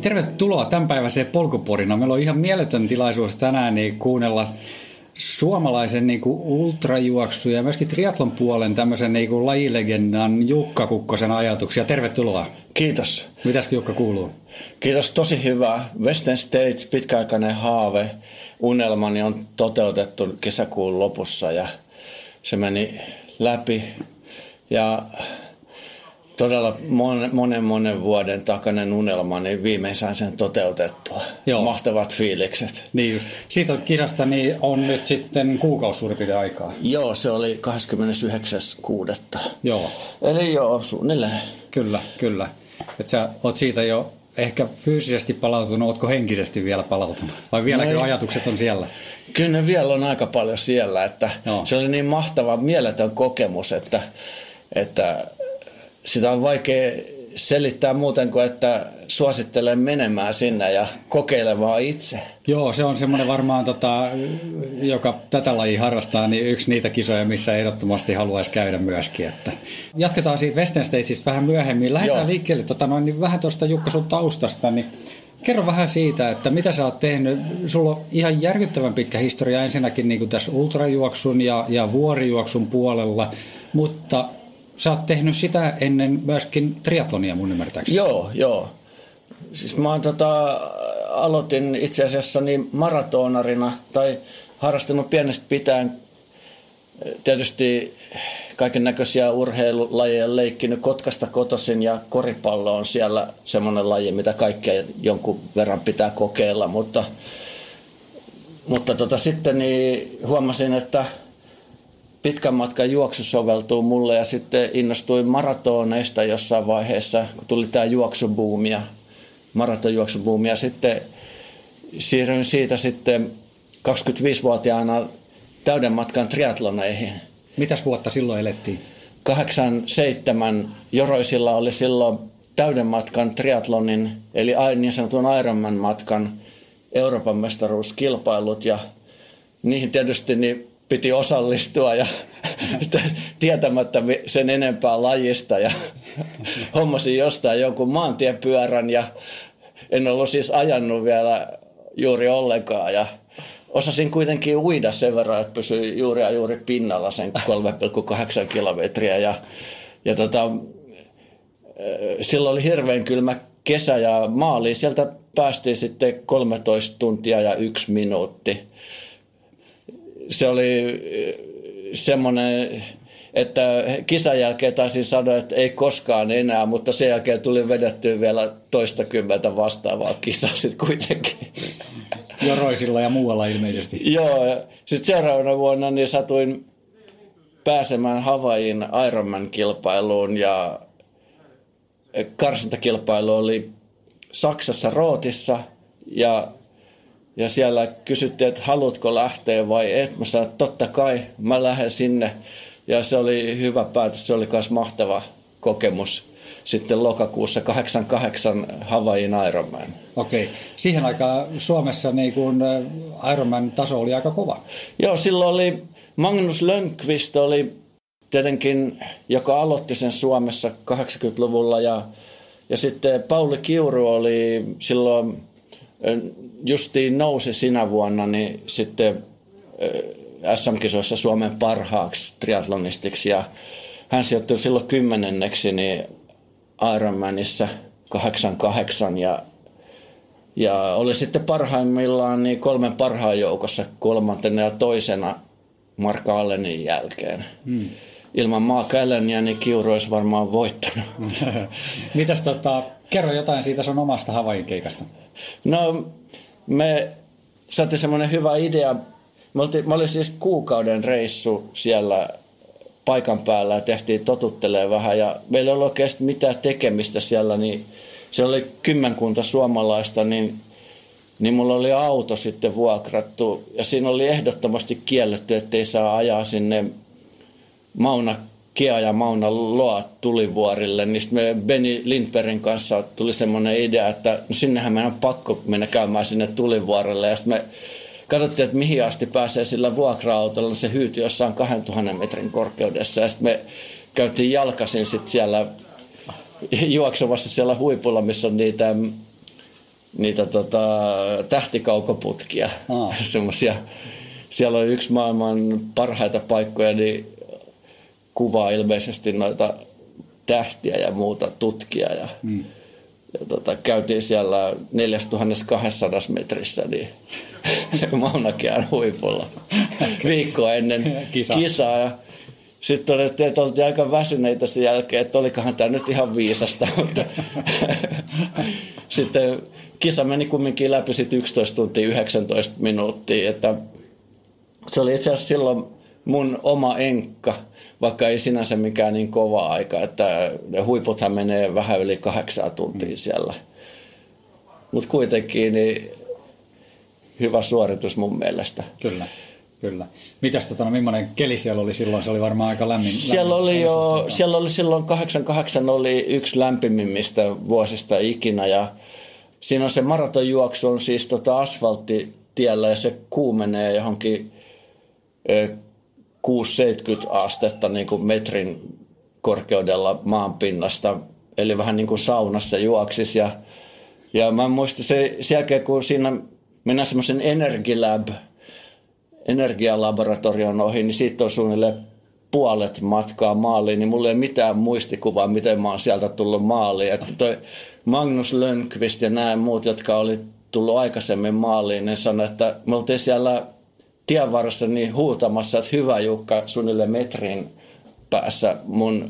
tervetuloa tämänpäiväiseen Polkuporinaan. Meillä on ihan mieletön tilaisuus tänään kuunnella suomalaisen ultrajuoksu ja myöskin triathlon puolen tämmöisen lajilegendan Jukka Kukkosen ajatuksia. Tervetuloa. Kiitos. Mitäs Jukka kuuluu? Kiitos, tosi hyvä. Western States, pitkäaikainen haave, unelmani on toteutettu kesäkuun lopussa ja se meni läpi. Ja todella monen vuoden takainen unelma, niin viimein sain sen toteutettua. Joo. Mahtavat fiilikset. Niin just. Siitä kisasta niin on nyt sitten kuukausi suurin piirtein aikaa. Joo, se oli 29.6. Joo. Eli joo, suunnilleen. Kyllä. Että sä oot siitä jo ehkä fyysisesti palautunut, ootko henkisesti vielä palautunut? Vai vieläkö ajatukset on siellä? Kyllä ne vielä on aika paljon siellä, että se oli niin mahtava, mieletön kokemus, että sitä on vaikea selittää muuten kuin, että suosittelen menemään sinne ja kokeilemaan itse. Joo, se on semmoinen varmaan, joka tätä lajia harrastaa, niin yksi niitä kisoja, missä ehdottomasti haluaisi käydä myöskin. Että jatketaan siitä Western Statesista vähän myöhemmin. Lähdetään liikkeelle niin vähän tuosta Jukka sun taustasta, niin kerro vähän siitä, että mitä sä oot tehnyt. Sulla on ihan järkyttävän pitkä historia ensinnäkin niin kuin tässä ultrajuoksun ja vuorijuoksun puolella, mutta sä oot tehnyt sitä ennen myöskin triathlonia mun ymmärtääkseni. Joo. Siis mä aloitin itse asiassa niin maratonarina tai harrastanut pienestä pitäen tietysti kaiken näköisiä urheilulajeja leikkinyt Kotkasta kotoisin ja koripallo on siellä semmoinen laji, mitä kaikkea jonkun verran pitää kokeilla, mutta sitten niin huomasin, että pitkän matkan juoksu soveltuu mulle ja sitten innostuin maratoneista jossain vaiheessa, kun tuli tämä maratonjuoksubuumi ja sitten siirryin siitä sitten 25-vuotiaana täyden matkan triathloneihin. Mitäs vuotta silloin elettiin? 87 Joroisilla oli silloin täyden matkan triathlonin, eli niin sanotun Ironman-matkan Euroopan mestaruuskilpailut ja niihin tietysti niin piti osallistua ja tietämättä sen enempää lajista ja hommasin jostain jonkun maantiepyörän ja en ollut siis ajanut vielä juuri ollenkaan ja osasin kuitenkin uida sen verran, että pysyi juuri pinnalla sen 3,8 kilometriä ja silloin oli hirveän kylmä kesä ja maaliin sieltä päästiin sitten 13 tuntia ja 1 minuutti. Se oli semmoinen, että kisan jälkeen taisin sanoa, että ei koskaan enää, mutta sen jälkeen tuli vedettyä vielä toistakymmentä vastaavaa kisaa sitten kuitenkin. Joroisilla ja muualla ilmeisesti. Joo, sitten seuraavana vuonna niin satuin pääsemään Havaijin Ironman-kilpailuun ja karsintakilpailu oli Saksassa Rootissa ja siellä kysyttiin, että haluatko lähteä vai et. Mä sanoin, että totta kai, mä lähden sinne. Ja se oli hyvä päätös, se oli myös mahtava kokemus. Sitten lokakuussa 88 Havaijin Ironman. Okei. Siihen aikaan Suomessa niin kun Ironman taso oli aika kova. Joo, silloin oli Magnus Lönnqvist oli tietenkin, joka aloitti sen Suomessa 80-luvulla. Ja sitten Pauli Kiuru oli silloin justiin nousi sinä vuonna niin sitten SM-kisoissa Suomen parhaaksi triathlonistiksi ja hän sijoittui silloin 10. niin Ironmanissa 88 ja oli sitten parhaimmillaan niin 3 parhaan joukossa 3. ja 2. Mark Allenin jälkeen. Ilman Mark Allenia niin Kiuru olisi varmaan voittanut. Mitäs kerro jotain siitä sun omasta Havaijin keikasta. No, me saatiin semmoinen hyvä idea. Me oli siis kuukauden reissu siellä paikan päällä ja tehtiin totuttelee vähän. Ja meillä ei ollut oikeasti mitään tekemistä siellä, niin se oli 10 suomalaista, niin mulla oli auto sitten vuokrattu. Ja siinä oli ehdottomasti kielletty, ettei saa ajaa sinne Kea ja Mauna Loa tulivuorille, niin sitten me Benny Lindbergin kanssa tuli semmoinen idea, että sinnehän meidän on pakko mennä käymään sinne tulivuorelle. Ja sitten me katsottiin, että mihin asti pääsee sillä vuokra-autolla, se hyytyi jossain 2000 metrin korkeudessa. Ja sitten me käytiin jalkaisin sitten siellä juoksuvassa siellä huipulla, missä on niitä niitä tähtikaukoputkia. Semmoisia. Siellä on yksi maailman parhaita paikkoja, niin kuvaa ilmeisesti noita tähtiä ja muuta tutkia. Ja käytiin siellä 4200 metrissä niin Maunakeän huipulla viikkoa ennen kisaa. Ja sitten todettiin, että oltiin aika väsyneitä sen jälkeen, että olikohan tämä nyt ihan viisasta. Mutta sitten kisa meni kumminkin läpi 11 tuntia 19 minuuttia. Että se oli itse asiassa silloin mun oma enkka, vaikka ei sinänsä mikään niin kova aika. Että ne huiputhan menee vähän yli 8 tuntia siellä. Mutta kuitenkin niin hyvä suoritus mun mielestä. Kyllä. Mitäs millainen keli siellä oli silloin? Se oli varmaan aika lämmin. Siellä oli silloin 88 oli yksi lämpimimmistä vuosista ikinä. Ja siinä on se maratonjuoksu on siis asfalttitiellä ja se kuumenee johonkin 6-70 astetta niin kuin metrin korkeudella maanpinnasta. Eli vähän niin kuin saunassa juoksis. Ja mä muistin sen jälkeen, kun siinä mennään semmoisen energialaboratorion ohi, niin siitä on suunnilleen puolet matkaa maaliin, niin mulla ei mitään muistikuvaa, miten mä oon sieltä tullut maaliin. Että toi Magnus Lönnqvist ja nämä muut, jotka oli tullut aikaisemmin maaliin, ne sanoi, että me oltiin siellä tienvarressa niin huutamassa, että hyvä Jukka, suunnilleen metrin päässä mun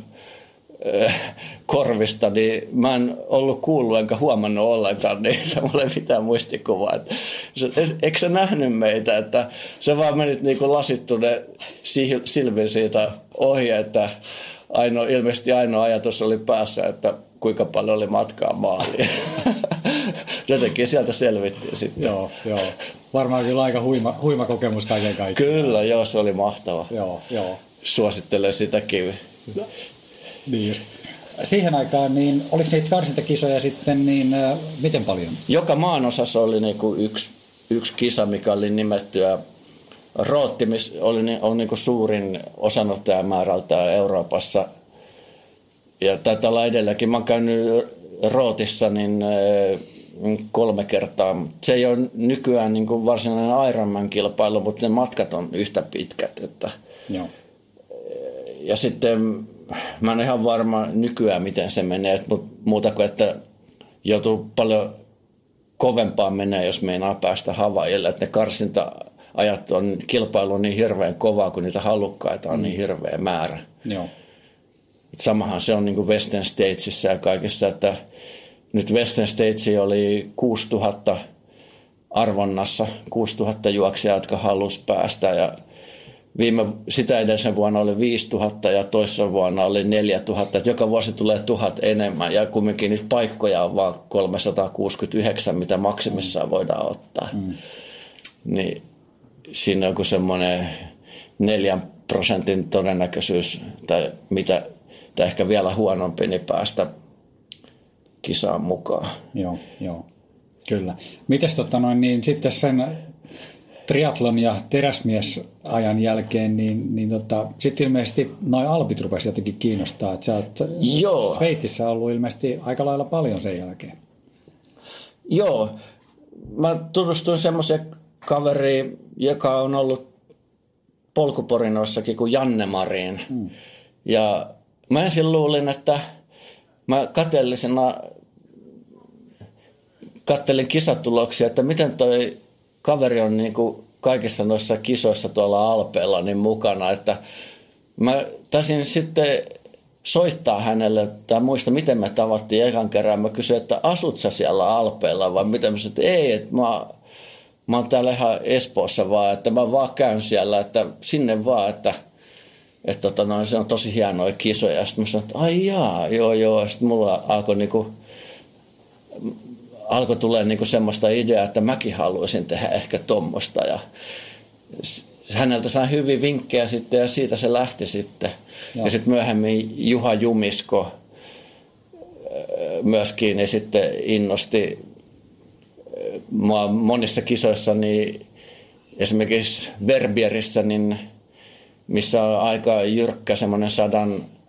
korvista, niin mä en ollut kuullut enkä huomannut ollenkaan niitä, mulla ei mitään muistikuvaa. Eikö sä nähnyt meitä, että sä vaan menit niin kuin lasittuneen silmin siitä ohi, että ilmeisesti ainoa ajatus oli päässä, että kuinka paljon oli matkaa maaliin. Jotenkin sieltä selvittiin sitten. Joo. Varmaan kyllä aika huima kokemus kaiken kaikkiaan. Kyllä, joo, se oli mahtava. Joo. Suosittelen sitäkin. Niin just. Siihen aikaan, niin oliko niitä karsintakisoja sitten, niin miten paljon? Joka maanosassa oli niinku yksi kisa, mikä oli nimettyä Rootti, on niinku suurin osanottajamäärältä Euroopassa. Ja taitaa olla edelläkin. Mä oon käynyt Rootissa niin 3 kertaa. Se ei ole nykyään niinku varsinainen Ironman-kilpailu, mutta ne matkat on yhtä pitkät. Että joo. Ja sitten mä en ihan varma nykyään, miten se menee, mutta muuta kuin, että joutuu paljon kovempaan menee, jos meinaa päästä Havaijille. Että ne karsinta-ajat on, kilpailu on niin hirveän kovaa, kun niitä halukkaita on niin hirveä määrä. Joo. Samahan se on niin kuin Western Statesissa ja kaikissa, että nyt Western States oli 6000 arvonnassa, 6000 juoksijaa, jotka halusi päästä ja sitä edellisen vuonna oli 5000 ja toisessa vuonna oli 4000. Että joka vuosi tulee 1000 enemmän ja kumminkin nyt paikkoja on vain 369, mitä maksimissaan voidaan ottaa. Niin siinä on joku semmoinen 4% todennäköisyys tai ehkä vielä huonompi, niin päästä kisaan mukaan. Joo. Kyllä. Mites niin sitten sen triathlon ja teräsmiesajan jälkeen, niin sitten ilmeisesti noi alpit rupesi jotenkin kiinnostaa, että sä oot Sveitsissä ollut ilmeisesti aika lailla paljon sen jälkeen. Joo, mä tutustuin semmoiseen kaveriin, joka on ollut polkuporinoissakin kuin Janne Marin. Ja mä ensin luulin, että mä kattelin kisatuloksia, että miten toi kaveri on niin kuin kaikissa noissa kisoissa tuolla Alpeilla niin mukana, että mä taisin sitten soittaa hänelle, tai muista miten me tavattiin ekan kerran. Mä kysyin, että asut sä siellä Alpeilla vai miten mä sanoin, että ei, että mä oon täällä ihan Espoossa vaan, että mä vaan käyn siellä, että sinne vaan, että se on tosi hienoja kisoja. Sitten mä sanoin, että ai jaa, joo. Sitten mulla alkoi tulee niinku semmoista ideaa, että mäkin haluaisin tehdä ehkä tommosta. Ja häneltä sain hyvin vinkkejä sitten ja siitä se lähti sitten. Ja sitten myöhemmin Juha Jumisko myöskin ja sitten innosti mua monissa kisoissa, niin esimerkiksi Verbierissä, niin missä on aika jyrkkä semmoinen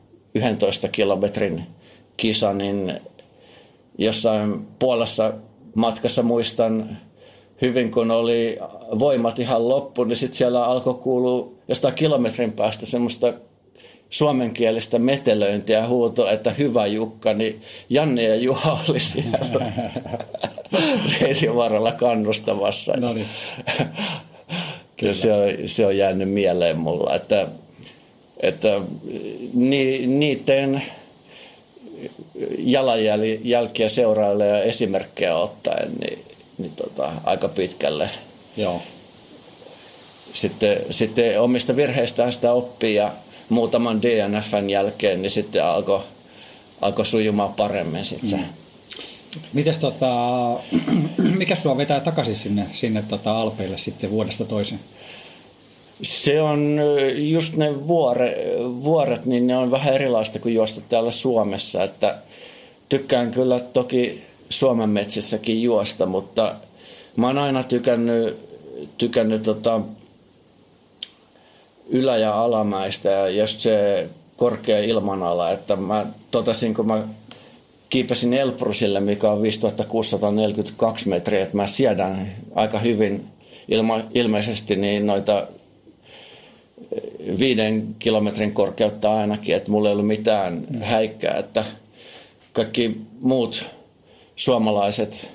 111 kilometrin kisa, niin jossain Puolassa matkassa muistan hyvin, kun oli voimat ihan loppu, niin sitten siellä alkoi kuulua jostain kilometrin päästä semmoista suomenkielistä metelöintiä ja huuto, että hyvä Jukka, niin Janne ja Juha oli siellä reitin varrella kannustamassa. No niin. Ja se on jäänyt mieleen mulla, että niiden jalanjälkiä seuraille ja esimerkkejä ottaen, niin aika pitkälle. Joo. Sitten omista virheistään sitä oppii ja muutaman DNF:n jälkeen, niin sitten alkoi sujumaan paremmin sitten. Mites mikä sua vetää takaisin sinne Alpeille sitten vuodesta toiseen? Se on just ne vuoret, niin ne on vähän erilaista kuin juosta täällä Suomessa, että tykkään kyllä toki Suomen metsissäkin juosta, mutta mä oon aina tykännyt ylä- ja alamäistä ja just se korkea ilmanala, että mä totesin, kun mä kiipesin Elbrusille, mikä on 5642 metriä, että mä siedän aika hyvin ilmeisesti niin noita 5 kilometrin korkeutta ainakin, että mulla ei ollut mitään häikkää, että kaikki muut suomalaiset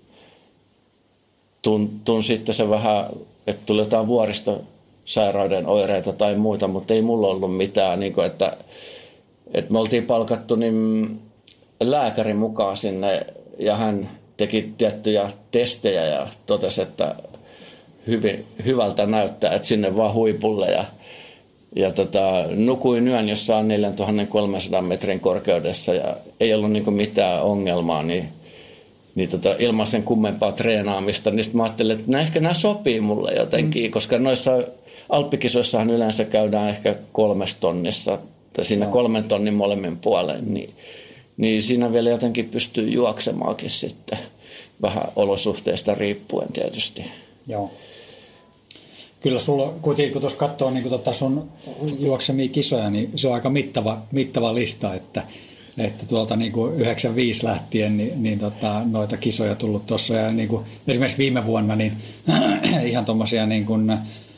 tun sitten se vähän, että tuli jotain vuoristosairauden oireita tai muuta, mutta ei mulla ollut mitään, niin kuin, että me oltiin palkattu niin lääkärin mukaan sinne ja hän teki tiettyjä testejä ja totesi, että hyvältä näyttää, että sinne vaan huipulle ja nukuin yön jossain 4300 metrin korkeudessa ja ei ollut niin kuin mitään ongelmaa, niin ilman sen kummempaa treenaamista, niin sitten mä ajattelin, että ehkä nämä sopii mulle jotenkin, koska noissa alppikisoissahan yleensä käydään ehkä 3 tonnissa, tai siinä 3 tonnin molemmin puolen, niin siinä vielä jotenkin pystyy juoksemaakin sitten, vähän olosuhteista riippuen tietysti. Joo. Kyllä sulla kuitenkin, kun tuossa katsoo niin sun juoksemia kisoja, niin se on aika mittava lista, että tuolta niin kuin 95 lähtien noita kisoja tullut tuossa. Ja niin kuin esimerkiksi viime vuonna niin ihan tuommoisia niin kuin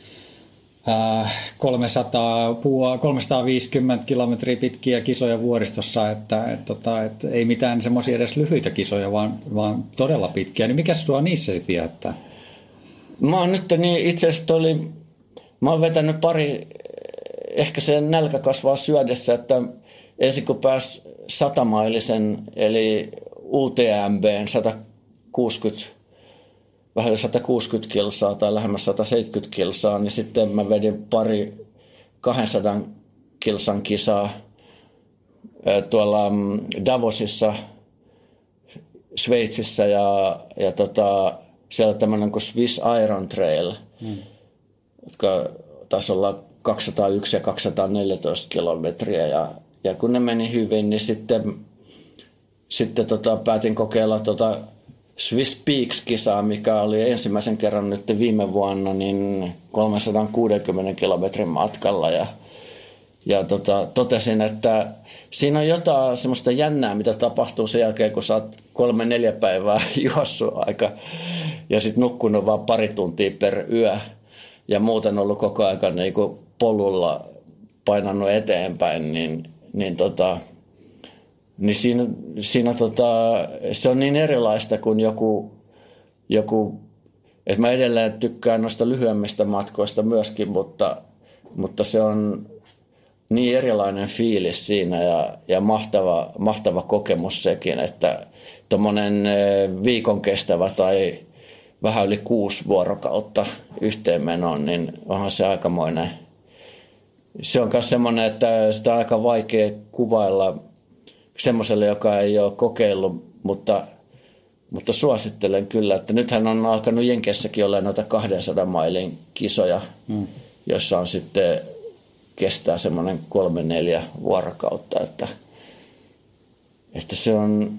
350 kilometriä pitkiä kisoja vuoristossa, että ei mitään semmoisia edes lyhyitä kisoja, vaan todella pitkiä. Niin mikä sua niissä sitten viettää? Mä oon nyt niin itse asiassa mä oon vetänyt pari, ehkä se nälkä kasvaa syödessä, että ensin kun pääsi 100-mailisen, eli UTMB:n 160 kilsaa tai lähemmäs 170 kilsaa, niin sitten mä vedin pari 200 kilsan kisaa tuolla Davosissa, Sveitsissä ja siellä on tämmöinen kuin Swiss Iron Trail, jotka taisi olla 201 ja 214 kilometriä. Ja kun ne meni hyvin, niin sitten päätin kokeilla Swiss Peaks-kisaa, mikä oli ensimmäisen kerran nyt viime vuonna niin 360 kilometrin matkalla. Ja totesin, että siinä on jotain semmoista jännää, mitä tapahtuu sen jälkeen, kun sä oot 3-4 päivää juossut aika ja sitten nukkunut vaan pari tuntia per yö ja muuten ollut koko ajan niin kuin polulla painanut eteenpäin, niin siinä se on niin erilaista kuin joku, että mä edelleen tykkään noista lyhyemmistä matkoista myöskin, mutta se on niin erilainen fiilis siinä ja mahtava kokemus sekin, että tommonen viikon kestävä tai vähän yli 6 vuorokautta yhteenmenoon, niin onhan se aikamoinen. Se on myös semmoinen, että sitä on aika vaikea kuvailla semmoiselle, joka ei ole kokeillut, mutta suosittelen kyllä, että nythän on alkanut Jenkeissäkin olla noita 200 mailin kisoja, jossa on sitten kestää semmoinen 3-4 vuorokautta, että se on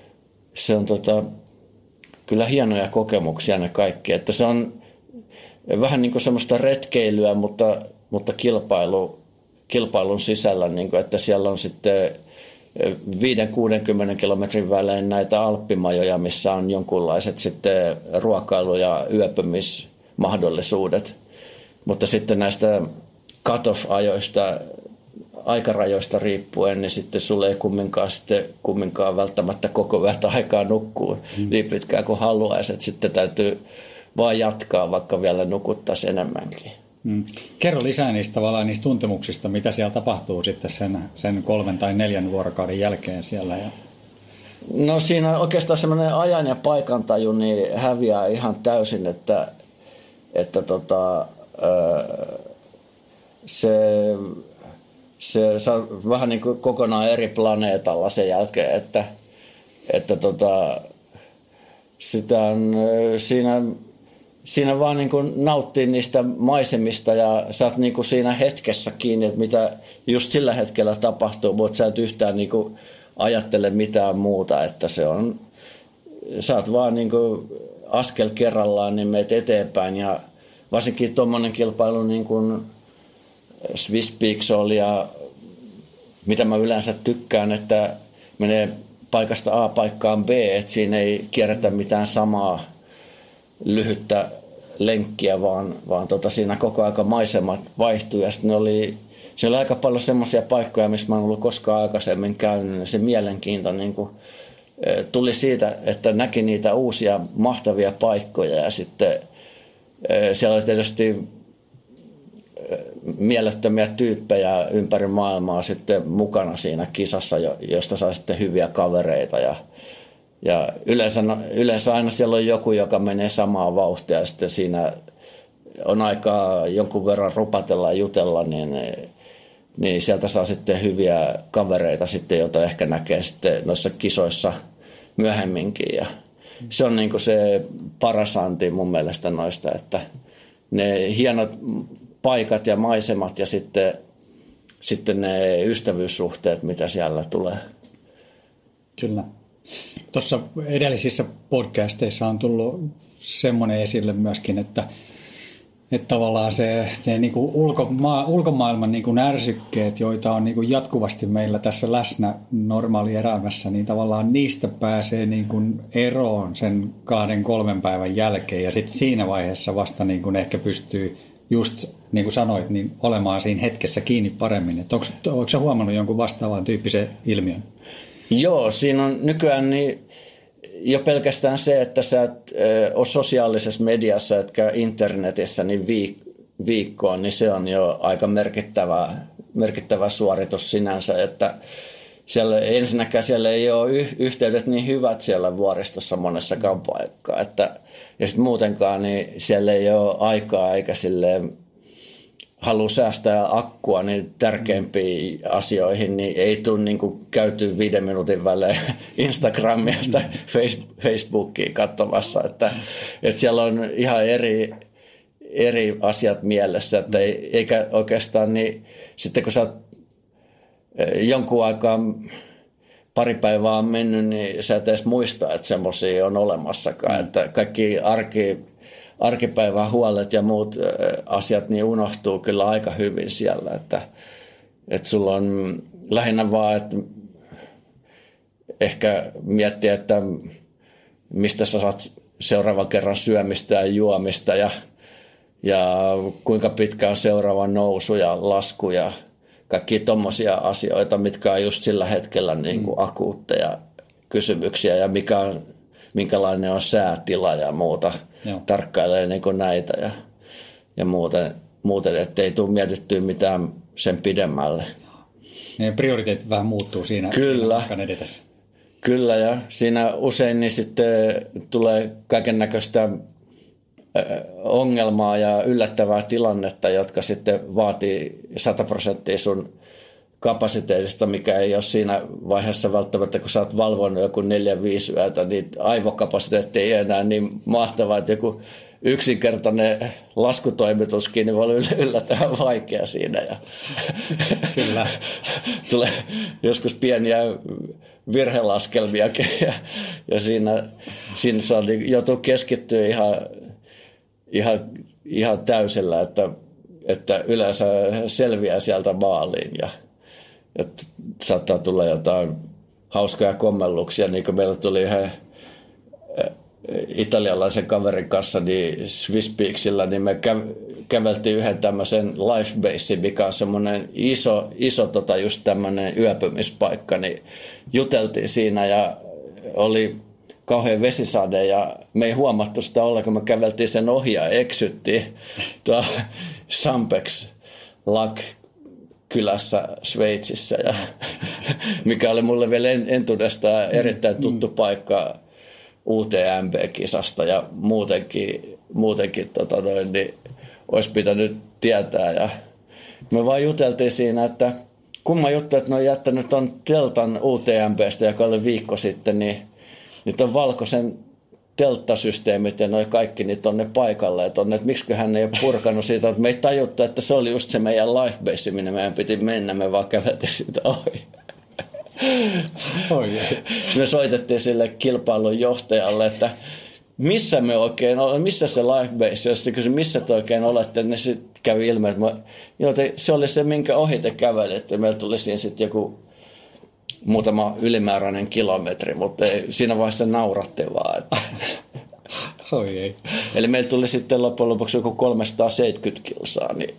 kyllä hienoja kokemuksia ne kaikki, että se on vähän niin kuin semmoista retkeilyä, mutta kilpailun sisällä, niin kuin, että siellä on sitten 5-60 kilometrin välein näitä alppimajoja, missä on jonkunlaiset sitten ruokailu- ja yöpymismahdollisuudet. Mutta sitten näistä cut-off-ajoista, aikarajoista riippuen, niin sitten sulle ei kumminkaan välttämättä koko yötä aikaa nukkuu niin pitkään kuin haluaisi. Että sitten täytyy vaan jatkaa, vaikka vielä nukuttaisiin enemmänkin. Kerro lisää niistä tuntemuksista, mitä siellä tapahtuu sitten sen 3 tai 4 vuorokauden jälkeen siellä. No siinä oikeastaan semmoinen ajan ja paikantaju niin häviää ihan täysin, että se saa vähän niin kuin kokonaan eri planeetalla sen jälkeen, että sitä on siinä vaan niin kuin nauttii niistä maisemista ja sä oot niin kuin siinä hetkessä kiinni, että mitä just sillä hetkellä tapahtuu, mutta sä et yhtään niin kuin ajattele mitään muuta, että sä oot vaan niin kuin askel kerrallaan, niin meet eteenpäin ja varsinkin tuommoinen kilpailu niin kuin Swiss Peaks oli ja mitä mä yleensä tykkään, että menee paikasta A paikkaan B, että siinä ei kierretä mitään samaa lyhyttä lenkkiä, vaan siinä koko aika maisemat vaihtui ja sitten siellä oli aika paljon semmoisia paikkoja, missä mä en ollut koskaan aikaisemmin käynyt ja se mielenkiinto niin kuin tuli siitä, että näki niitä uusia mahtavia paikkoja ja sitten siellä oli tietysti mielettömiä tyyppejä ympäri maailmaa sitten mukana siinä kisassa, josta sai sitten hyviä kavereita ja yleensä aina siellä on joku, joka menee samaa vauhtia ja sitten siinä on aikaa jonkun verran rupatella ja jutella, niin sieltä saa sitten hyviä kavereita sitten, joita ehkä näkee sitten noissa kisoissa myöhemminkin ja se on niin kuin se paras anti mun mielestä noista, että ne hienot paikat ja maisemat ja sitten ne ystävyyssuhteet, mitä siellä tulee. Kyllä. Tuossa edellisissä podcasteissa on tullut semmoinen esille myöskin, että tavallaan ne niinku ulkomaailman niinku ärsykkeet, joita on niinku jatkuvasti meillä tässä läsnä normaalielämässä, niin tavallaan niistä pääsee niinku eroon sen 2-3 päivän jälkeen ja sitten siinä vaiheessa vasta niinku ehkä pystyy just niin kuin sanoit, niin olemaan siinä hetkessä kiinni paremmin. Onko sä huomannut jonkun vastaavan tyyppisen ilmiön? Joo, siinä on nykyään niin jo pelkästään se, että sä et ole sosiaalisessa mediassa etkä internetissä niin viikkoon, niin se on jo aika merkittävä suoritus sinänsä, että ensinnäkään siellä ei ole yhteydet niin hyvät siellä vuoristossa monessakaan paikkaa, ja sitten muutenkaan niin siellä ei ole aikaa eikä silleen halua säästää akkua niin tärkeimpiin asioihin, niin ei tule niin kuin käyty 5 minuutin välein Instagramia tai Facebookia katsomassa, että siellä on ihan eri asiat mielessä, että eikä oikeastaan niin sitten kun sä oot jonkun aikaa pari päivää on mennyt, niin sä et edes muista, että semmoisia on olemassakaan, että kaikki arkipäivän huolet ja muut asiat niin unohtuu kyllä aika hyvin siellä, että sulla on lähinnä vaan, että ehkä miettiä, että mistä sä saat seuraavan kerran syömistä ja juomista ja kuinka pitkä on seuraava nousu ja lasku ja kaikkia tommosia asioita, mitkä on just sillä hetkellä niin kuin akuutteja kysymyksiä ja minkälainen on säätila ja muuta. Joo. Tarkkailee niin kuin näitä ja muuten, ettei tule mietittyä mitään sen pidemmälle. Ja prioriteetit vähän muuttuu siinä matkan edetessä. Kyllä, ja siinä usein niin sitten tulee kaiken näköistä ongelmaa ja yllättävää tilannetta, jotka sitten vaatii 100% sun kapasiteetista, mikä ei ole siinä vaiheessa välttämättä, kun sä oot valvonut joku 4-5 yötä, niin aivokapasiteetti ei enää niin mahtavaa, että joku yksinkertainen laskutoimituskin niin voi olla yllättävän vaikea siinä. Ja kyllä. Tulee joskus pieniä virhelaskelmiakin ja siinä saa joutuu keskittyä ihan täysillä, että yleensä selviää sieltä maaliin että saattaa tulla jotain hauskoja kommelluksia, niin kuin meillä tuli yhden italialaisen kaverin kanssa niin Swiss Peaksillä, niin me käveltiin yhden tämmöisen life basein, mikä on semmoinen iso just tämmöinen yöpymispaikka, niin juteltiin siinä ja oli kauhean vesisade ja me ei huomattu sitä ollenkaan, me käveltiin sen ohi ja eksyttiin Sampex Lak kylässä Sveitsissä, ja, mikä oli mulle vielä entuudestaan erittäin tuttu paikka UTMB-kisasta ja muutenkin niin olisi pitänyt tietää. Ja me vaan juteltiin siinä, että kumma juttu, että ne on jättänyt ton teltan UTMBstä, joka oli viikko sitten, niin on valkoisen telttasysteemit ja noi kaikki niin tonne paikalle. Että miksi hän ei ole purkanut siitä, että me ei tajuttu, että se oli just se meidän life base, minne meidän piti mennä, me vaan käveltiin siitä ohi. Me soitettiin sille kilpailun johtajalle, että missä me oikein olemme, missä se life base, jos se kysyi, missä te oikein olette, niin sitten kävi ilme, että se oli se, minkä ohi te kävelitte. Meillä tuli siinä sitten joku muutama ylimääräinen kilometri, mutta siinä vaiheessa nauratti vaan. Että. Eli meillä tuli sitten loppujen lopuksi joku 370 kilsaa, niin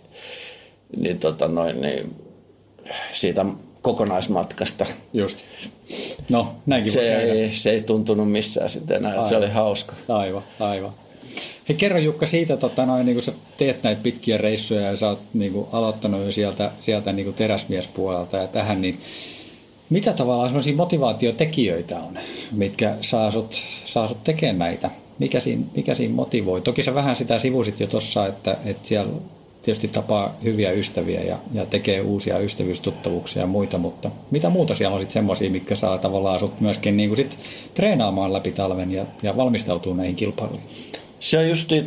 siitä kokonaismatkasta. Just. No, näinkin se ei tuntunut missään sitten enää, että se oli hauska. Aivan. Hei, kerro Jukka siitä, niin kun sä teet näitä pitkiä reissuja ja sä oot niin kun aloittanut jo sieltä niin kun teräsmiespuolelta ja tähän, niin mitä tavallaan sellaisia motivaatiotekijöitä on, mitkä saa sut tekemään näitä? Mikä siinä motivoi? Toki sä vähän sitä sivusit jo tuossa, että siellä tietysti tapaa hyviä ystäviä ja tekee uusia ystävyystuttavuuksia ja muita, mutta mitä muuta siellä on sitten semmoisia, mitkä saa tavallaan sut myöskin niin kuin sit treenaamaan läpi talven ja valmistautuu näihin kilpailuihin? Se on justi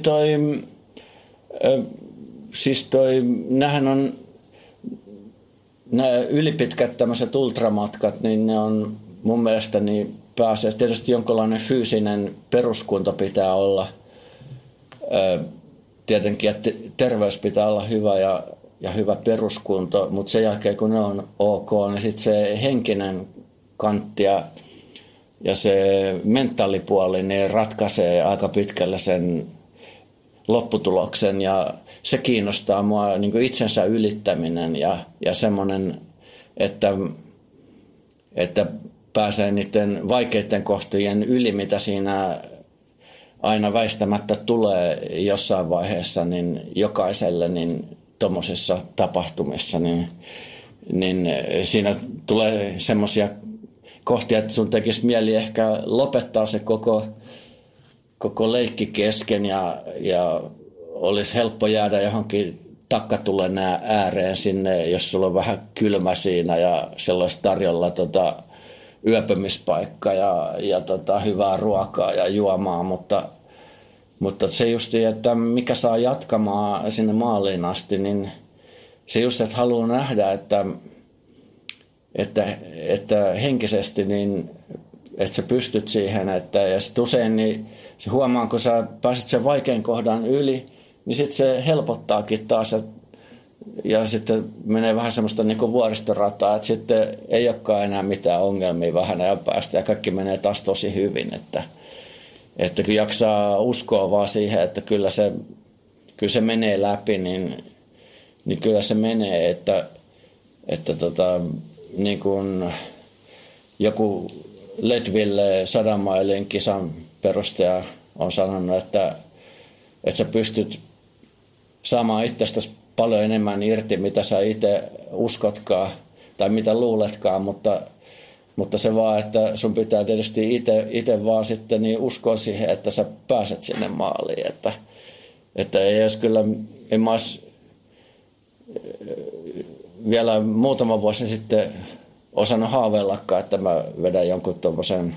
nämähän on nämä ylipitkät tämmöiset ultramatkat, niin ne on mun mielestä niin pääasiassa tietysti jonkinlainen fyysinen peruskunto pitää olla. Tietenkin, että terveys pitää olla hyvä ja hyvä peruskunto, mutta sen jälkeen kun ne on ok, niin sitten se henkinen kantti ja se mentaalipuoli niin ratkaisee aika pitkälle sen lopputuloksen ja se kiinnostaa mua niin kuin itsensä ylittäminen ja semmoinen, että pääsee niiden vaikeiden kohtien yli, mitä siinä aina väistämättä tulee jossain vaiheessa niin jokaiselle niin tuommoisissa tapahtumissa, niin siinä tulee semmoisia kohtia, että sun tekisi mieli ehkä lopettaa se koko leikki kesken ja olisi helppo jäädä johonkin takkatulen ääreen sinne, jos sulla on vähän kylmä siinä ja sellaista tarjolla yöpymispaikka ja hyvää ruokaa ja juomaa, mutta se just, että mikä saa jatkamaan sinne maaliin asti, niin se just, että haluaa nähdä, että henkisesti, niin, että sä pystyt siihen, ja sitten usein niin se huomaa, kun sä pääset sen vaikean kohdan yli, niin sitten se helpottaakin taas, ja sitten menee vähän semmoista niin kuin vuoristorataa, että sitten ei olekaan enää mitään ongelmia vähän ajan päästä ja kaikki menee taas tosi hyvin, että kun jaksaa uskoa vaan siihen, että kyllä se menee läpi, niin kyllä se menee, että niin kuin joku Leadville 100 mailin kisan perustaja on sanonut, että sä pystyt saamaan itsestäsi paljon enemmän irti, mitä sä itse uskotkaan tai mitä luuletkaan, mutta se vaan, että sun pitää tietysti itse vaan sitten niin uskoa siihen, että sä pääset sinne maaliin. Että ei edes kyllä, en mä olisi vielä muutama vuosi sitten osannut haaveillakaan, että mä vedän jonkun tuommoisen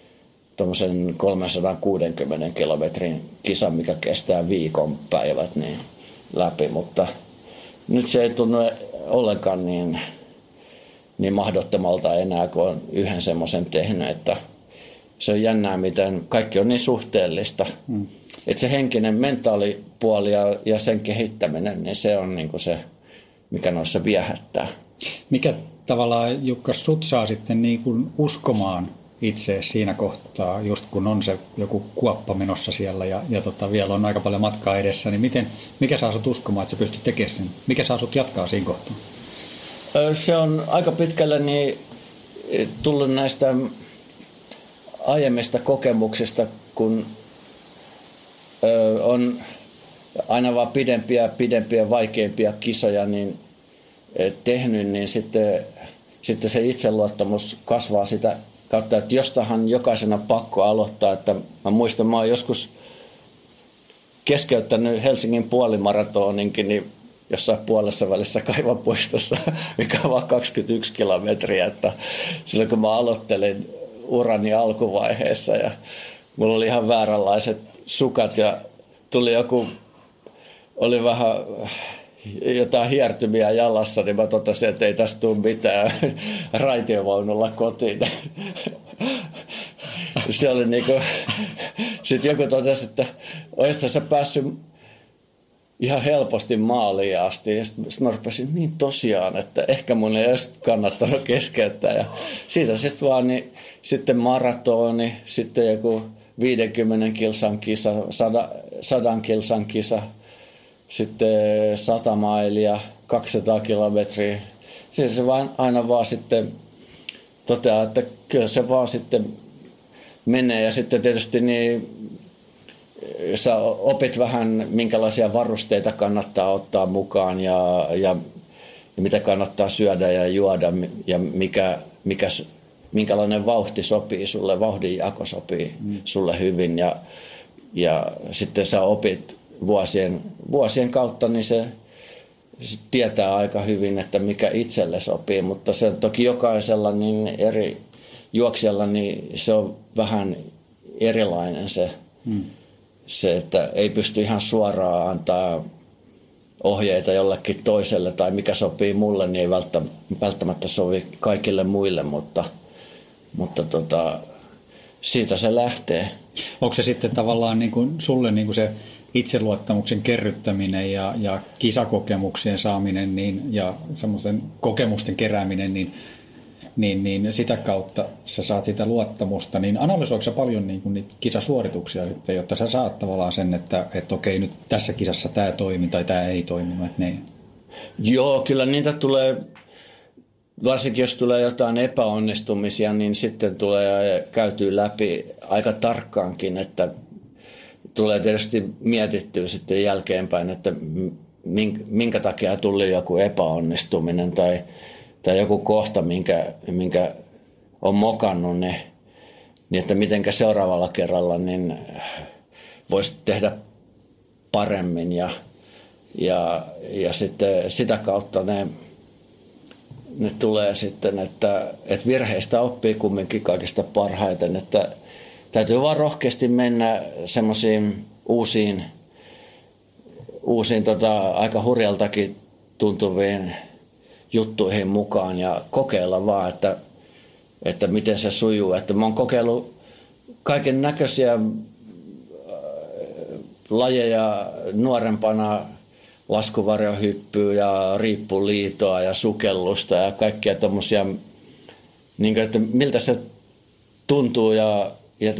360 kilometrin kisan, mikä kestää viikon päivät niin läpi, mutta nyt se ei tunnu ollenkaan niin mahdottomalta enää, kun on yhden semmoisen tehnyt, että se on jännää, miten kaikki on niin suhteellista. Että se henkinen mentaalipuoli ja sen kehittäminen, niin se on niin kuin se, mikä noissa viehättää. Mikä tavallaan, Jukka, sut saa sitten niin kuin uskomaan itse siinä kohtaa, just kun on se joku kuoppa menossa siellä ja vielä on aika paljon matkaa edessä, niin mikä saa sut uskomaan, että sä pystyt tekemään sen? Mikä saa sut jatkaa siinä kohtaa? Se on aika pitkälle niin tullut näistä aiemmista kokemuksista, kun on aina vaan pidempiä, vaikeampia kisoja niin tehnyt, niin sitten se itseluottamus kasvaa sitä kautta, että jostahan jokaisena pakko aloittaa. Että mä muistan, mä oon joskus keskeyttänyt Helsingin puolimaratoninkin niin jossain puolessa välissä Kaivapuistossa, mikä on vaan 21 kilometriä. Että silloin kun mä aloittelin urani alkuvaiheessa ja mulla oli ihan vääränlaiset sukat ja tuli oli vähän jotain hiertymiä jalassa, niin mä totesin, että ei tästä tule mitään raitiovaunulla kotiin. Se oli niinku, sitten joku totesi, että olisithan sä päässyt ihan helposti maaliin asti. Ja sitten mä rupesin niin tosiaan, että ehkä mun ei olisi kannattanut keskeyttää. Ja siitä sitten vaan niin, sitten maratoni, sitten joku 50 kilsan kisa, 100 kilsan kisa, sitten 100 mailia, 200 kilometriä. Siis se vaan, aina vaan sitten toteaa, että kyllä se vaan sitten menee. Ja sitten tietysti niin, sä opit vähän, minkälaisia varusteita kannattaa ottaa mukaan ja mitä kannattaa syödä ja juoda ja minkälainen vauhti sopii sulle, vauhdinjako sopii sulle hyvin. Ja sitten sä opit vuosien kautta, niin se tietää aika hyvin, että mikä itselle sopii, mutta se toki jokaisella niin eri juoksijalla niin se on vähän erilainen se, että ei pysty ihan suoraan antaa ohjeita jollekin toiselle tai mikä sopii mulle, niin ei välttämättä sovi kaikille muille, mutta siitä se lähtee. Onko se sitten tavallaan niin kuin sulle niin kuin se itseluottamuksen kerryttäminen ja kisakokemuksien saaminen ja semmoisen kokemusten kerääminen, niin sitä kautta sä saat sitä luottamusta, niin analysoiko sä paljon niin kuin niitä kisasuorituksia sitten, jotta sä saat tavallaan sen, että okei, nyt tässä kisassa tämä toimi tai tämä ei toiminut? Joo, kyllä niitä tulee, varsinkin jos tulee jotain epäonnistumisia, niin sitten tulee käytyä läpi aika tarkkaankin, että tulee tietysti mietittyä sitten jälkeenpäin, että minkä takia tuli joku epäonnistuminen tai joku kohta, minkä on mokannut, niin että mitenkä seuraavalla kerralla niin voisi tehdä paremmin ja sitten sitä kautta ne tulee sitten, että virheistä oppii kumminkin kaikista parhaiten, että täytyy vaan rohkeasti mennä semmoisiin uusiin aika hurjaltakin tuntuviin juttuihin mukaan ja kokeilla vaan, että miten se sujuu. Että mä oon kokeillut kaiken näköisiä lajeja nuorempana, laskuvarjohyppyä ja riippuliitoa ja sukellusta ja kaikkia tommosia, niin kuin, että miltä se tuntuu ja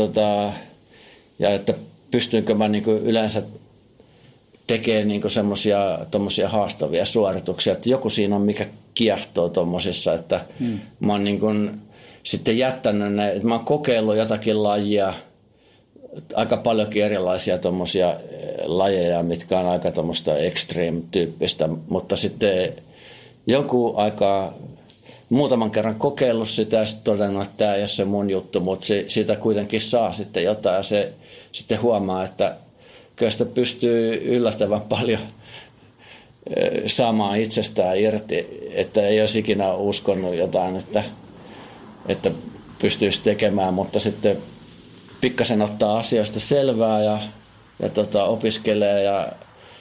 että pystyinkö mä niin kuin yleensä tekee niin semmoisia haastavia suorituksia, että joku siinä on mikä kiehtoo tommosissa, että mä oon niin kuin sitten jättänyt ne, että mä oon kokeillut jotakin lajia, aika paljonkin erilaisia tommosia lajeja, mitkä on aika tommoista extreme-tyyppistä, mutta sitten jonkun aikaa muutaman kerran kokeillut sitä ja sitten todennut, että tämä ei ole se mun juttu, mutta siitä kuitenkin saa sitten jotain ja se sitten huomaa, että kyllä sitä pystyy yllättävän paljon saamaan itsestään irti, että ei olisi ikinä uskonut jotain, että pystyisi tekemään, mutta sitten pikkasen ottaa asioista selvää ja opiskelee ja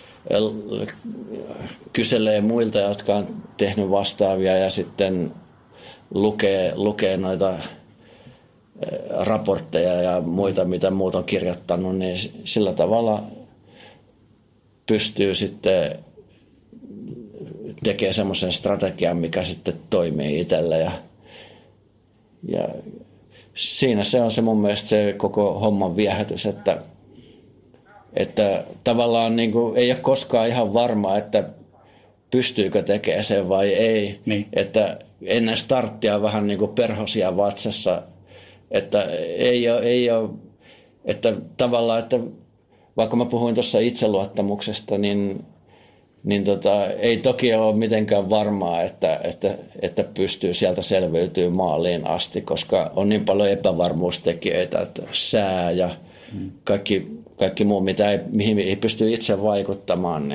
kyselee muilta, jotka on tehnyt vastaavia ja sitten lukee noita raportteja ja muita, mitä muut on kirjoittanut, niin sillä tavalla pystyy sitten tekee semmoisen strategian, mikä sitten toimii itselle. Ja siinä se on se mun mielestä se koko homman viehätys, että tavallaan niin kuin ei ole koskaan ihan varma, että pystyykö tekemään sen vai ei. Niin. Että ennen starttia vähän niin kuin perhosia vatsassa, että ei ole, että tavallaan, että vaikka mä puhuin tuossa itseluottamuksesta, niin ei toki ole mitenkään varmaa, että pystyy sieltä selviytyä maaliin asti, koska on niin paljon epävarmuustekijöitä, että sää ja kaikki muu, mihin ei pysty itse vaikuttamaan,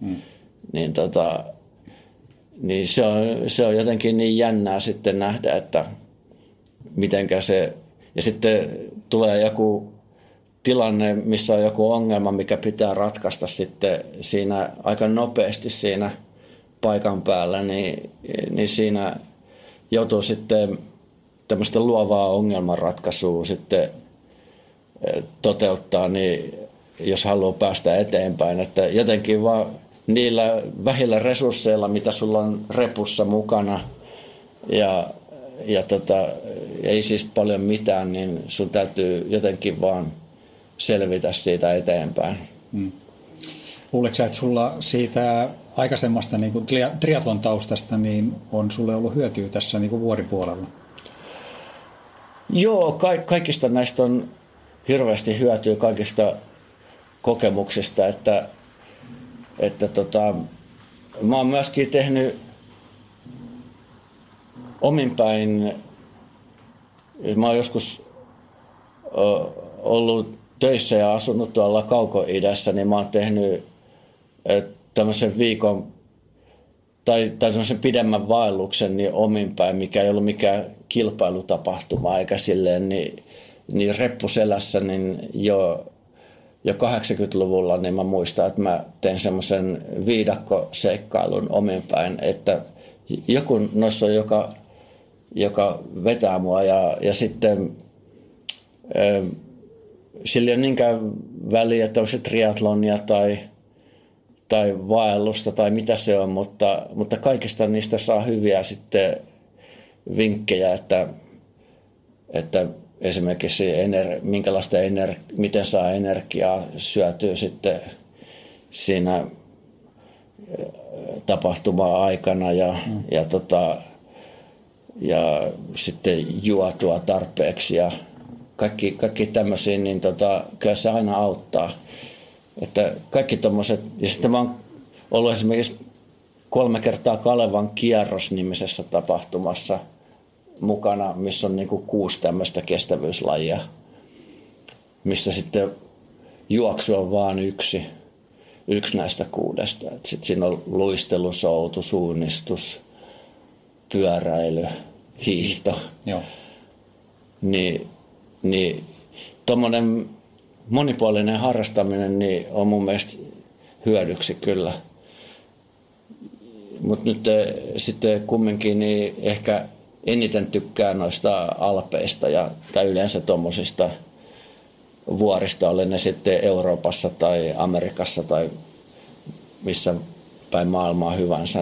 niin se on jotenkin niin jännää sitten nähdä, että mitenkä se, ja sitten tulee joku tilanne, missä on joku ongelma, mikä pitää ratkaista sitten siinä aika nopeasti siinä paikan päällä, niin siinä joutuu sitten tämmöistä luovaa ongelmanratkaisua sitten toteuttaa, niin jos haluaa päästä eteenpäin, että jotenkin vaan niillä vähillä resursseilla, mitä sulla on repussa mukana ja ei siis paljon mitään, niin sun täytyy jotenkin vaan selvitä siitä eteenpäin. Luuletko sä, että sulla siitä aikaisemmasta niin kuin triathlon taustasta niin on sulle ollut hyötyä tässä niin kuin vuoripuolella? Joo, kaikista näistä on hirveästi hyötyä kaikista kokemuksista, että mä oon myöskin tehnyt ominpäin, mä oon joskus ollut töissä ja asunut tuolla Kauko-idässä, niin mä oon tehnyt tämmöisen viikon tai tämmöisen pidemmän vaelluksen niin ominpäin, mikä ei ollut mikään kilpailutapahtuma eikä silleen, niin reppuselässä niin jo 80-luvulla niin mä muistan, että mä tein semmoisen viidakkoseikkailun ominpäin, että joku noissa on, joka vetää mua ja sitten sillä ei ole niinkään väliä, että onko se triathlonia tai vaellusta tai mitä se on, mutta kaikista niistä saa hyviä sitten vinkkejä, että esimerkiksi miten saa energiaa syötyä sitten siinä tapahtuma-aikana ja sitten juotua tarpeeksi ja kaikki tämmöisiä, niin kyllä se aina auttaa. Että kaikki tommoset, ja sitten mä oon ollut esimerkiksi 3 kertaa Kalevan kierros-nimisessä tapahtumassa mukana, missä on niinku 6 tämmöistä kestävyyslajia, missä sitten juoksu on vaan yksi näistä 6. Sitten siinä on luistelu, soutu, suunnistus, pyöräily, hiihto. Joo. Niin tommoinen monipuolinen harrastaminen niin on mun mielestä hyödyksi kyllä. Mutta nyt sitten kumminkin niin ehkä eniten tykkää noista alpeista tai yleensä tuommoisista vuorista, oli ne sitten Euroopassa tai Amerikassa tai missä päin maailmaa hyvänsä,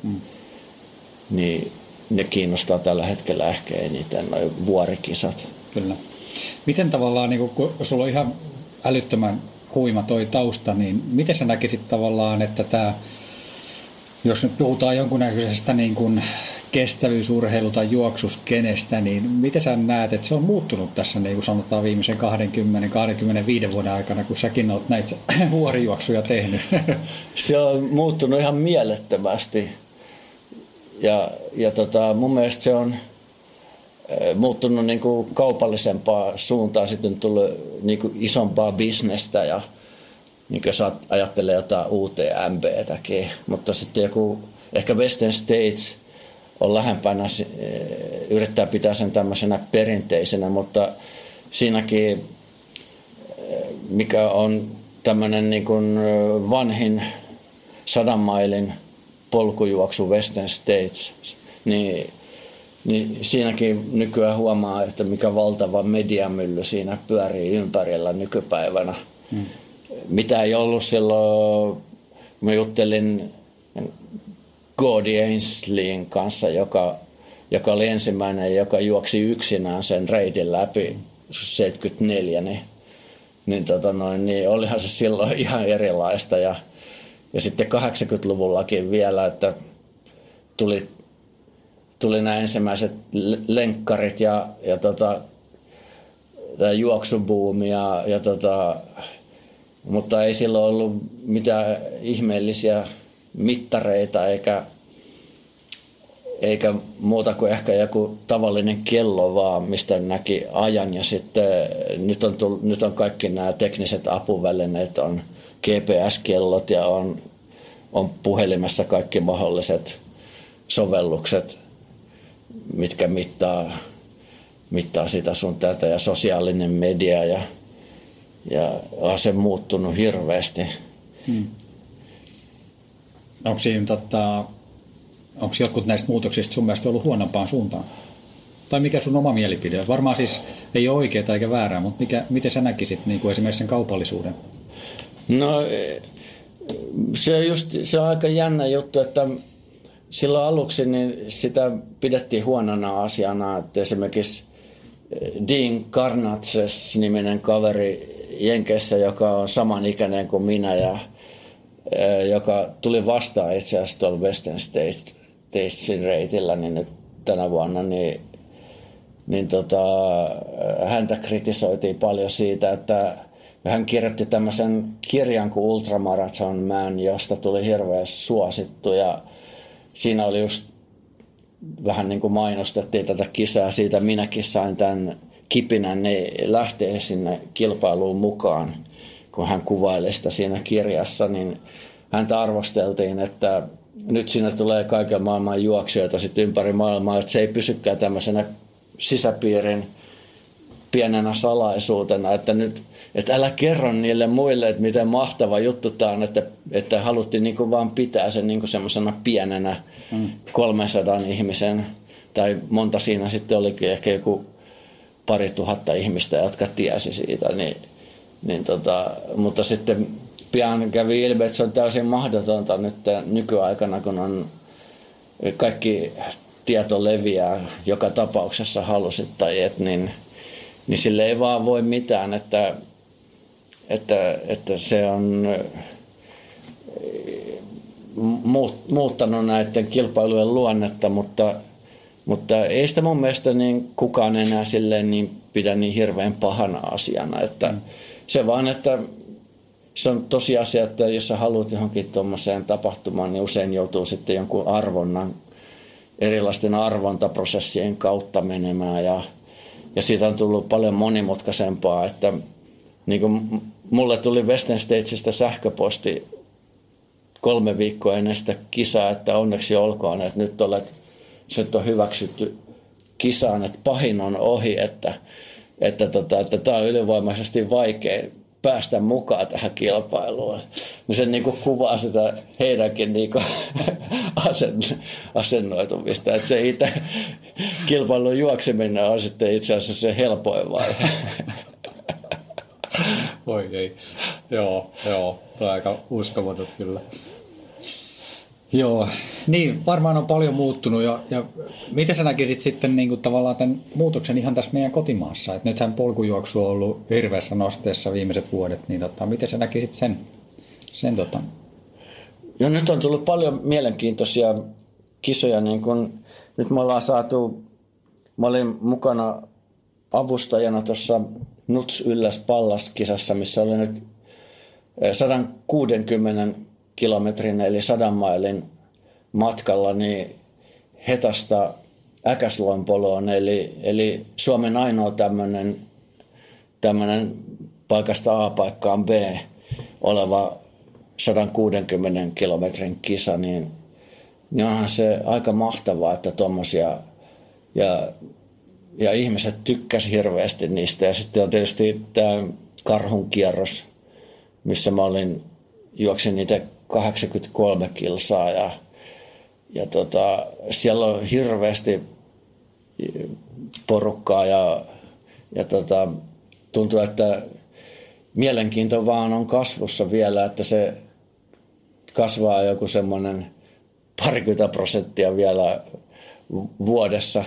niin ne kiinnostaa tällä hetkellä ehkä eniten, nuo vuorikisat. Kyllä. Miten tavallaan, niin kun sulla on ihan älyttömän huima toi tausta, niin miten sä näkisit tavallaan, että tämä, jos nyt puhutaan jonkunnäköisestä niin kuin kestävyysurheilu- tai juoksuskenestä, niin miten sä näet, että se on muuttunut tässä niin kuin sanotaan viimeisen 20-25 vuoden aikana, kun säkin olet näitä vuorijuoksuja tehnyt? Se on muuttunut ihan mielettömästi ja mun mielestä se on muuttunut niin kuin kaupallisempaa suuntaan, sitten on tullut niin kuin isompaa bisnestä ja niin kuin jos ajattelee jotain UTMB:täkin, mutta sitten joku ehkä Western States on lähempänä, yrittää pitää sen tämmöisenä perinteisenä, mutta siinäkin mikä on tämmöinen niin kuin vanhin 100 mailin polkujuoksu Western States, niin siinäkin nykyään huomaa, että mikä valtava mediamylly siinä pyörii ympärillä nykypäivänä. Mitä ei ollut silloin, mä juttelin Gordy Ainsleyn kanssa, joka oli ensimmäinen, joka juoksi yksinään sen reitin läpi 74, niin olihan se silloin ihan erilaista. Ja sitten 80-luvullakin vielä, että tuli nämä ensimmäiset lenkkarit ja juoksubuumi mutta ei silloin ollut mitään ihmeellisiä mittareita eikä muuta kuin ehkä joku tavallinen kello vaan, mistä näki ajan. Ja sitten nyt on kaikki nämä tekniset apuvälineet, on GPS-kellot ja on puhelimessa kaikki mahdolliset sovellukset, mitkä mittaa sitä sun tätä ja sosiaalinen media ja on se muuttunut hirveästi. Onko jotkut näistä muutoksista sun mielestä ollut huonompaan suuntaan? Tai mikä sun oma mielipide on? Varmaan siis ei ole oikeaa eikä väärää, mutta miten sä näkisit niin kuin esimerkiksi sen kaupallisuuden? No se on aika jännä juttu, että silloin aluksi niin sitä pidettiin huonona asiana, että esimerkiksi Dean Karnazes-niminen kaveri Jenkeissä, joka on samanikäinen kuin minä ja joka tuli vastaan itse asiassa tuolla Western Statesin reitillä niin nyt tänä vuonna, niin häntä kritisoitiin paljon siitä, että hän kirjoitti tämmöisen kirjan kuin Ultramarathon Man, josta tuli hirveän suosittu ja siinä oli just vähän niin kuin mainostettiin tätä kisaa, siitä minäkin sain tämän kipinän, niin lähtee sinne kilpailuun mukaan. Kun hän kuvaili sitä siinä kirjassa, niin häntä arvosteltiin, että nyt siinä tulee kaiken maailman juoksijoita sitten ympäri maailmaa, että se ei pysykään tämmöisenä sisäpiirin pienenä salaisuutena, että nyt että älä kerro niille muille, että miten mahtava juttu tämä on, että haluttiin niin kuin vaan pitää sen niin kuin semmoisena pienenä 300 ihmisen, tai monta siinä sitten olikin ehkä joku 2000 ihmistä, jotka tiesi siitä, mutta sitten pian kävi ilmi, että se on täysin mahdotonta nyt nykyaikana, kun on kaikki tieto leviää joka tapauksessa halusit tai et, niin sille ei vaan voi mitään, että se on muuttanut näiden kilpailujen luonnetta, mutta ei sitä mun mielestä niin kukaan enää silleen niin pidä niin hirveän pahana asiana. Että se vaan, että se on tosiasia, että jos sä haluat johonkin tuommoiseen tapahtumaan, niin usein joutuu sitten jonkun erilaisten arvontaprosessien kautta menemään ja siitä on tullut paljon monimutkaisempaa, että niin kuin mulle tuli Western Statesista sähköposti 3 viikkoa ennen sitä kisaa, että onneksi olkoon, että nyt se on hyväksytty kisaan, että pahin on ohi, että tämä on ylivoimaisesti vaikea päästä mukaan tähän kilpailuun. No se niin kuin kuvaa sitä heidänkin niin kuin asennoitumista, että se itse kilpailun juokseminen on sitten itse asiassa se helpoin vaihe. Voi ei. Joo, tuo on aika uskomaton kyllä. Joo, niin varmaan on paljon muuttunut ja miten sä näkisit sitten niin kuin tavallaan tämän muutoksen ihan tässä meidän kotimaassa? Et nythän polkujuoksu on ollut hirveässä nosteessa viimeiset vuodet, niin miten sä näkisit sen? Joo, nyt on tullut paljon mielenkiintoisia kisoja, niin kun nyt mä olin mukana avustajana tuossa Nuts Ylläs Pallas-kisassa, missä oli nyt 160 kilometrin eli 100 mailin matkalla niin Hetasta Äkäslompoloon, eli Suomen ainoa tämmöinen paikasta A paikkaan B oleva 160 kilometrin kisa, niin onhan se aika mahtavaa, että tuommoisia ja ihmiset tykkäsivät hirveästi niistä. Ja sitten on tietysti tämä Karhun kierros, missä mä juoksin niitä 83 kilsaa ja siellä on hirveästi porukkaa ja tuntuu, että mielenkiinto vaan on kasvussa vielä, että se kasvaa joku semmoinen 20% vielä vuodessa.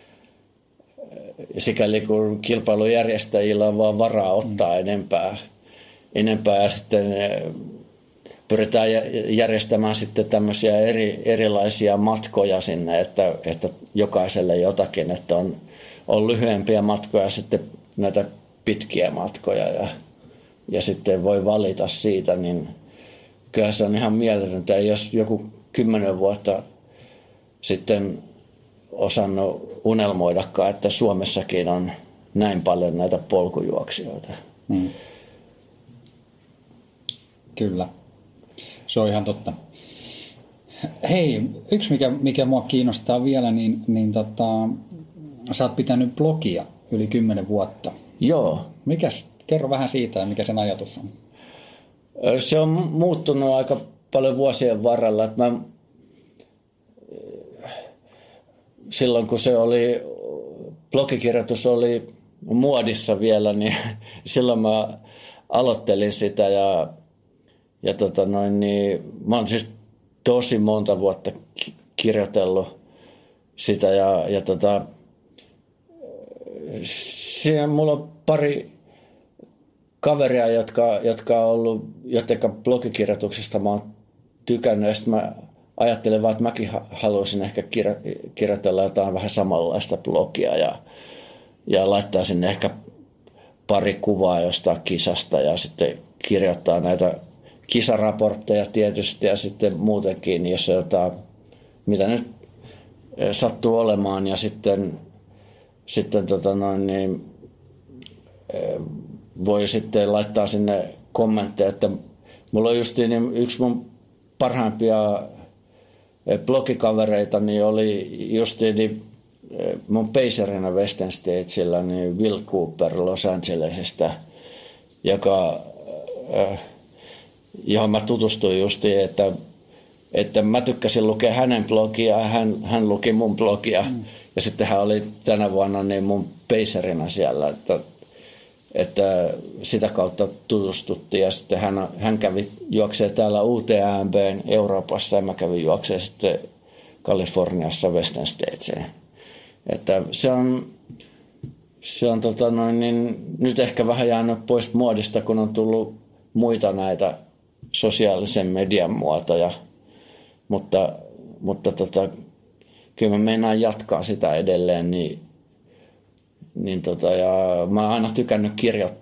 Sikäli kun kilpailujärjestäjillä on vaan varaa ottaa enempää ja sitten pyritään järjestämään sitten tämmöisiä erilaisia matkoja sinne, että jokaiselle jotakin, että on lyhyempiä matkoja sitten näitä pitkiä matkoja ja sitten voi valita siitä, niin kyllä se on ihan mieletöntä. Jos joku 10 vuotta sitten osannut unelmoidakaan, että Suomessakin on näin paljon näitä polkujuoksijoita. Kyllä, se on ihan totta. Hei, yksi mikä mua kiinnostaa vielä, niin sä oot pitänyt blogia yli 10 vuotta. Joo. Kerro vähän siitä ja mikä sen ajatus on? Se on muuttunut aika paljon vuosien varrella. Että silloin kun blogikirjoitus oli muodissa vielä, niin silloin mä aloittelin sitä ja niin mä oon siis tosi monta vuotta kirjoitellut sitä ja siinä mulla on pari kaveria, jotka on ollut, jotenka blogikirjoituksesta mä oon tykännyt ja sitten mä ajattelin vaan, että mäkin haluaisin ehkä kirjoitella jotain vähän samanlaista blogia ja laittaa sinne ehkä pari kuvaa jostain kisasta ja sitten kirjoittaa näitä kisaraportteja tietysti ja sitten muutenkin, jos jotain, mitä nyt sattuu olemaan ja sitten niin, voi sitten laittaa sinne kommentteja, että mulla on justiin yksi mun parhaimpia blogikavereita niin oli justiin mun pacerinä Western Statesilla niin Will Cooper Los Angelesista, johon mä tutustuin justiin, että mä tykkäsin lukea hänen blogia ja hän luki mun blogia. Ja sitten hän oli tänä vuonna niin mun pacerinä siellä, että sitä kautta tutustuttiin ja sitten hän kävi juoksee täällä UTMB:n Euroopassa ja mä kävin juoksee sitten Kaliforniassa Western Statesiin. Että se on niin nyt ehkä vähän jäänyt pois muodista, kun on tullut muita näitä sosiaalisen median muotoja, mutta kyllä mä meinaan jatkaa sitä edelleen, ja mä oon aina tykännyt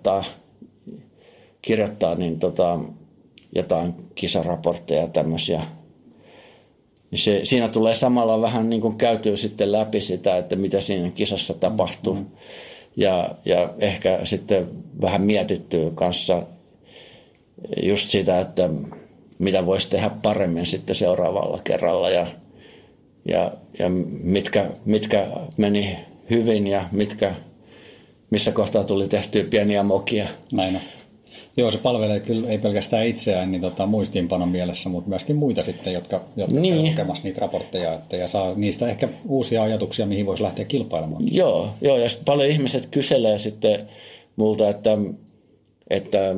kirjoittaa niin jotain kisaraportteja ja tämmöisiä. Siinä tulee samalla vähän niin kuin käytyy sitten läpi sitä, että mitä siinä kisassa tapahtuu. Ja ehkä sitten vähän mietittyy kanssa just sitä, että mitä voisi tehdä paremmin sitten seuraavalla kerralla ja mitkä meni hyvin ja missä kohtaa tuli tehtyä pieniä mokia. Näin on. Joo, se palvelee kyllä ei pelkästään itseään niin muistiinpanon mielessä, mutta myöskin muita sitten, jotka käy lukemassa niitä raportteja ja saa niistä ehkä uusia ajatuksia, mihin voisi lähteä kilpailemaan. Joo, ja sitten paljon ihmiset kyselee sitten multa, että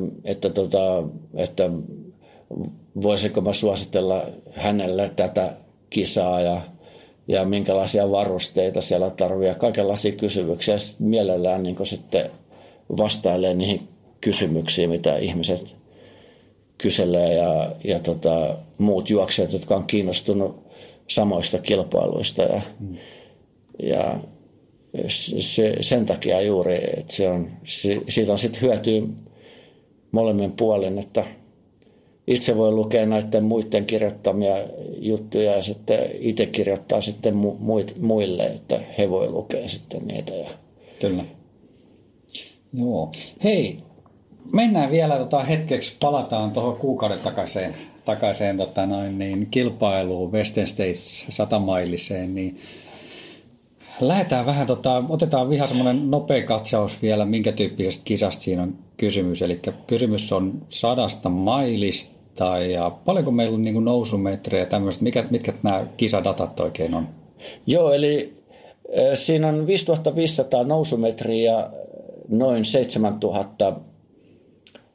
voisiko mä suositella hänelle tätä kisaa ja minkälaisia varusteita siellä tarvii ja kaikenlaisia kysymyksiä. Sitten mielellään niin sitten vastailee niihin kysymyksiin, mitä ihmiset kyselee ja muut juoksijat, jotka on kiinnostunut samoista kilpailuista. Ja sen takia juuri, että siitä on sitten hyötyä molemmin puolin, että itse voi lukea näiden muiden kirjoittamia juttuja ja sitten itse kirjoittaa sitten muille, että he voi lukea sitten niitä. Kyllä. Joo. Hei, mennään vielä hetkeksi, palataan tuohon kuukauden takaiseen kilpailuun Western States 100-mailiseen, niin lähdetään vähän, otetaan vähän semmoinen nopea katsaus vielä, minkä tyyppisestä kisasta siinä on kysymys. Eli kysymys on 100 mailista ja paljonko meillä on niin nousumetrejä ja tämmöistä, mitkä nämä kisadatat oikein on? Joo, eli siinä on 5500 nousumetriä ja noin 7000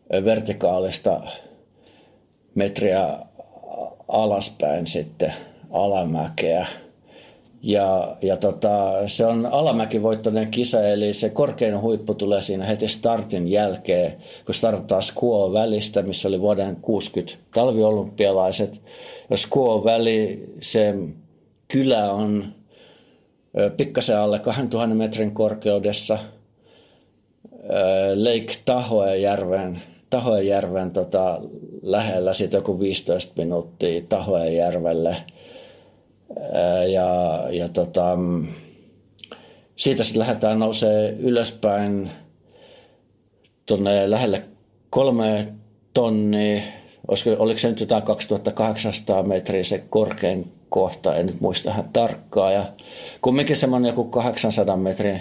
vertikaalista metriä alaspäin sitten alamäkeä. Ja se on alamäkivoittoinen kisa, eli se korkein huippu tulee siinä heti startin jälkeen, kun startataan Squaw välistä, missä oli vuoden 60 talviolympialaiset. Ja Squaw väli, se kylä on pikkasen alle 2000 metrin korkeudessa Lake Tahoejärven lähellä, sitten joku 15 minuuttia Tahoejärvelle. Siitä sitten lähdetään nousee ylöspäin tuonne lähelle 3 tonnia. Oliko se nyt jotain 2800 metriä se korkein kohta, en nyt muista ihan tarkkaan. Ja kumminkin semmoinen joku 800 metrin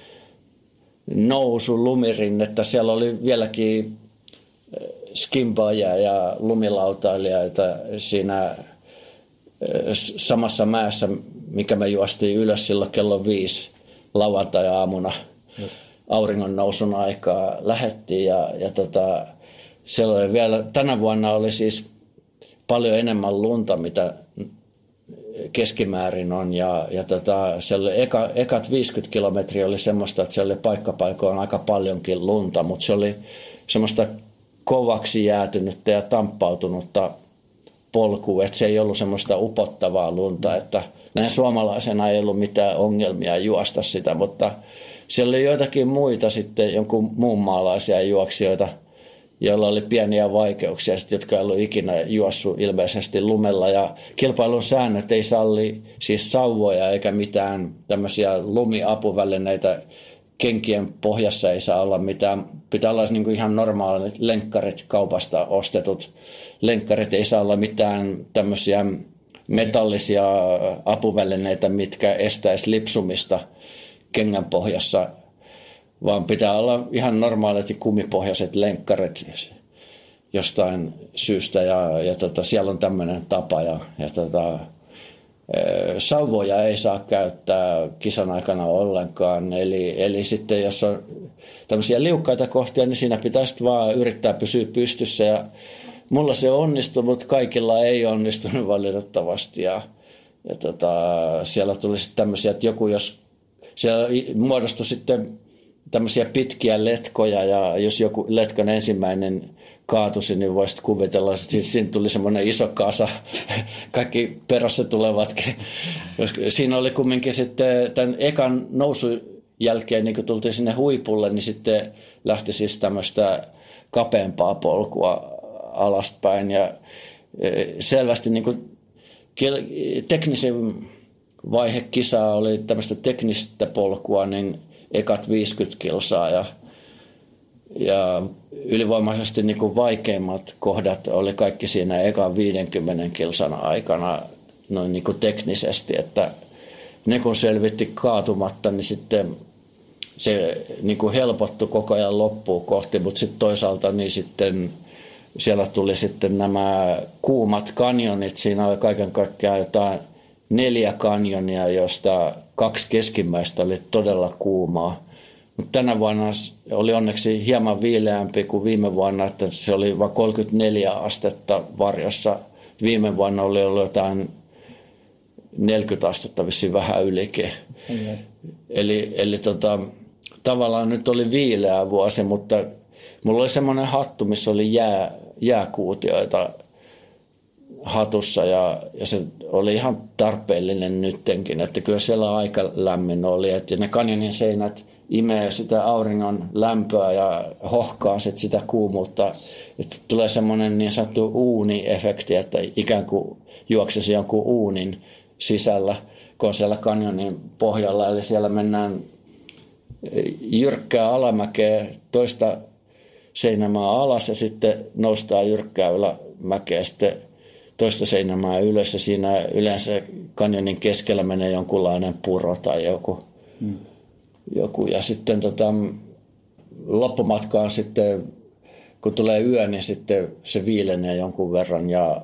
nousu lumirinnettä. Siellä oli vieläkin skimbaajia ja lumilautailijoita siinä samassa mäessä, mikä me juostiin ylös silloin kello 5 lauantai-aamuna. Auringon nousun aikaa lähettiin siellä oli vielä, tänä vuonna oli siis paljon enemmän lunta, mitä keskimäärin on. Siellä oli ekat 50 kilometriä oli semmoista, että siellä oli paikkapaikoilla aika paljonkin lunta, mutta se oli semmoista kovaksi jäätynyttä ja tamppautunutta polkua, että se ei ollut semmoista upottavaa lunta, että näin suomalaisena ei ollut mitään ongelmia juosta sitä, mutta siellä oli joitakin muita sitten jonkun muun maalaisia juoksijoita, joilla oli pieniä vaikeuksia, jotka ei ollut ikinä juossut ilmeisesti lumella. Ja kilpailun säännöt ei salli siis sauvoja eikä mitään tämmöisiä lumiapuvälineitä. Kenkien pohjassa ei saa olla mitään. Pitää olla niin kuin ihan normaalit lenkkarit, kaupasta ostetut lenkkarit. Ei saa olla mitään tämmöisiä metallisia apuvälineitä, mitkä estäisi lipsumista kengän pohjassa, vaan pitää olla ihan normaalit kumipohjaiset lenkkarit jostain syystä. Siellä on tämmöinen tapa. Sauvoja ei saa käyttää kisan aikana ollenkaan. Eli sitten jos on tämmöisiä liukkaita kohtia, niin siinä pitäisi vaan yrittää pysyä pystyssä. Ja mulla se onnistui, mutta kaikilla ei onnistunut valitettavasti. Siellä tuli sitten tämmöisiä, että jos siellä muodostui sitten tämmöisiä pitkiä letkoja, ja jos joku letkan ensimmäinen kaatusi, niin voisit kuvitella, että siinä tuli semmoinen iso kasa, kaikki perässä tulevatkin. Siinä oli kumminkin sitten tämän ekan nousun jälkeen, niin kun tultiin sinne huipulle, niin sitten lähti siis tämmöistä kapeampaa polkua alaspäin, ja selvästi niin kuin teknisin vaihe kisaa oli tämmöistä teknistä polkua, niin ekat 50 kilsaa ja ylivoimaisesti niin kuin vaikeimmat kohdat oli kaikki siinä ekan 50 kilsan aikana noin niin kuin teknisesti, että ne kun selvitti kaatumatta, niin sitten se niin kuin helpottui koko ajan loppuun kohti, mutta sitten toisaalta niin sitten siellä tuli sitten nämä kuumat kanjonit, siinä oli kaiken kaikkiaan jotain 4 kanjonia, josta 2 keskimmäistä oli todella kuumaa. Mutta tänä vuonna oli onneksi hieman viileämpi kuin viime vuonna, että se oli vain 34 astetta varjossa. Viime vuonna oli ollut jotain 40 astetta vissiin vähän ylikin. Eli tavallaan nyt oli viileä vuosi, mutta mulla oli semmoinen hattu, missä oli jääkuutioita hatussa ja se oli ihan tarpeellinen nyttenkin, että kyllä siellä aika lämmin oli, että ne kanjonin seinät imee sitä auringon lämpöä ja hohkaa sitä kuumuutta, että tulee semmoinen niin sanottu uuni-efekti, että ikään kuin juoksisi jonkun uunin sisällä, kun on siellä kanjonin pohjalla, eli siellä mennään jyrkkää alamäkeä toista seinämaa alas ja sitten noustaan jyrkkää ylämäkeä sitten toista seinämaa ylös ja siinä yleensä kanjonin keskellä menee jonkunlainen puro tai joku. Ja sitten loppumatkaan sitten, kun tulee yö, niin sitten se viilenee jonkun verran ja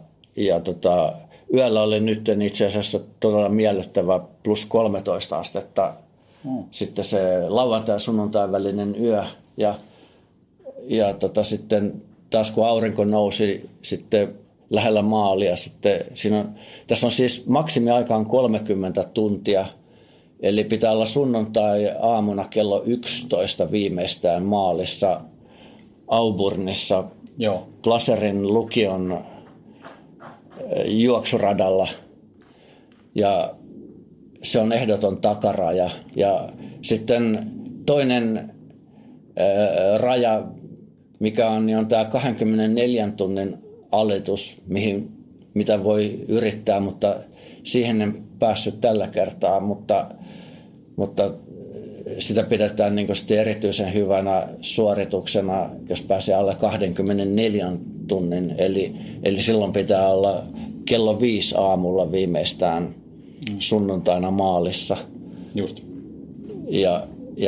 yöllä oli nyt itse asiassa todella miellyttävä plus 13 astetta. Sitten se lauantai- ja sunnuntain välinen yö ja sitten taas kun aurinko nousi sitten lähellä maalia. Sitten tässä on siis maksimiaika on 30 tuntia, eli pitää olla sunnuntai-aamuna kello 11 viimeistään maalissa Auburnissa. Joo. Placerin lukion juoksuradalla ja se on ehdoton takaraja. Ja sitten toinen raja, mikä on, niin on tämä 24 tunnin alitus, mitä voi yrittää, mutta siihen en päässyt tällä kertaa, mutta sitä pidetään niin kuin erityisen hyvänä suorituksena, jos pääsee alle 24 tunnin. Eli silloin pitää olla kello 5 aamulla viimeistään sunnuntaina maalissa. Just. Ja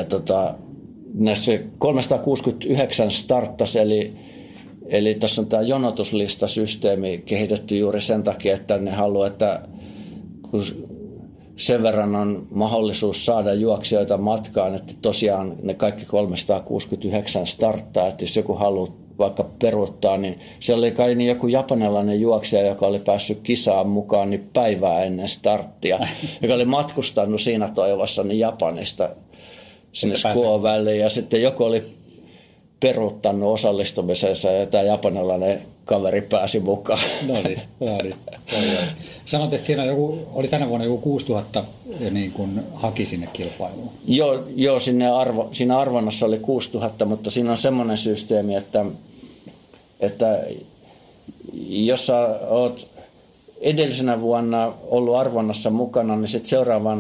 näissä 369 starttasi, eli tässä on tämä jonotuslistasysteemi kehitetty juuri sen takia, että ne haluaa, että kun sen verran on mahdollisuus saada juoksijoita matkaan, että tosiaan ne kaikki 369 starttaa, että jos joku haluaa vaikka peruuttaa, niin se oli kai niin joku japanilainen juoksija, joka oli päässyt kisaan mukaan niin päivää ennen starttia, joka oli matkustanut siinä toivossa niin Japanista sinne Skuon väliin, ja sitten joku oli peruuttanut osallistumisensa ja tämä japanilainen kaveri pääsi mukaan. No niin. Sanoit, että siinä oli tänä vuonna joku 6000 niin kuin haki sinne kilpailuun. Joo, siinä arvonnassa oli 6000, mutta siinä on semmoinen systeemi, että jos sä oot edellisenä vuonna ollut arvonnassa mukana, niin sitten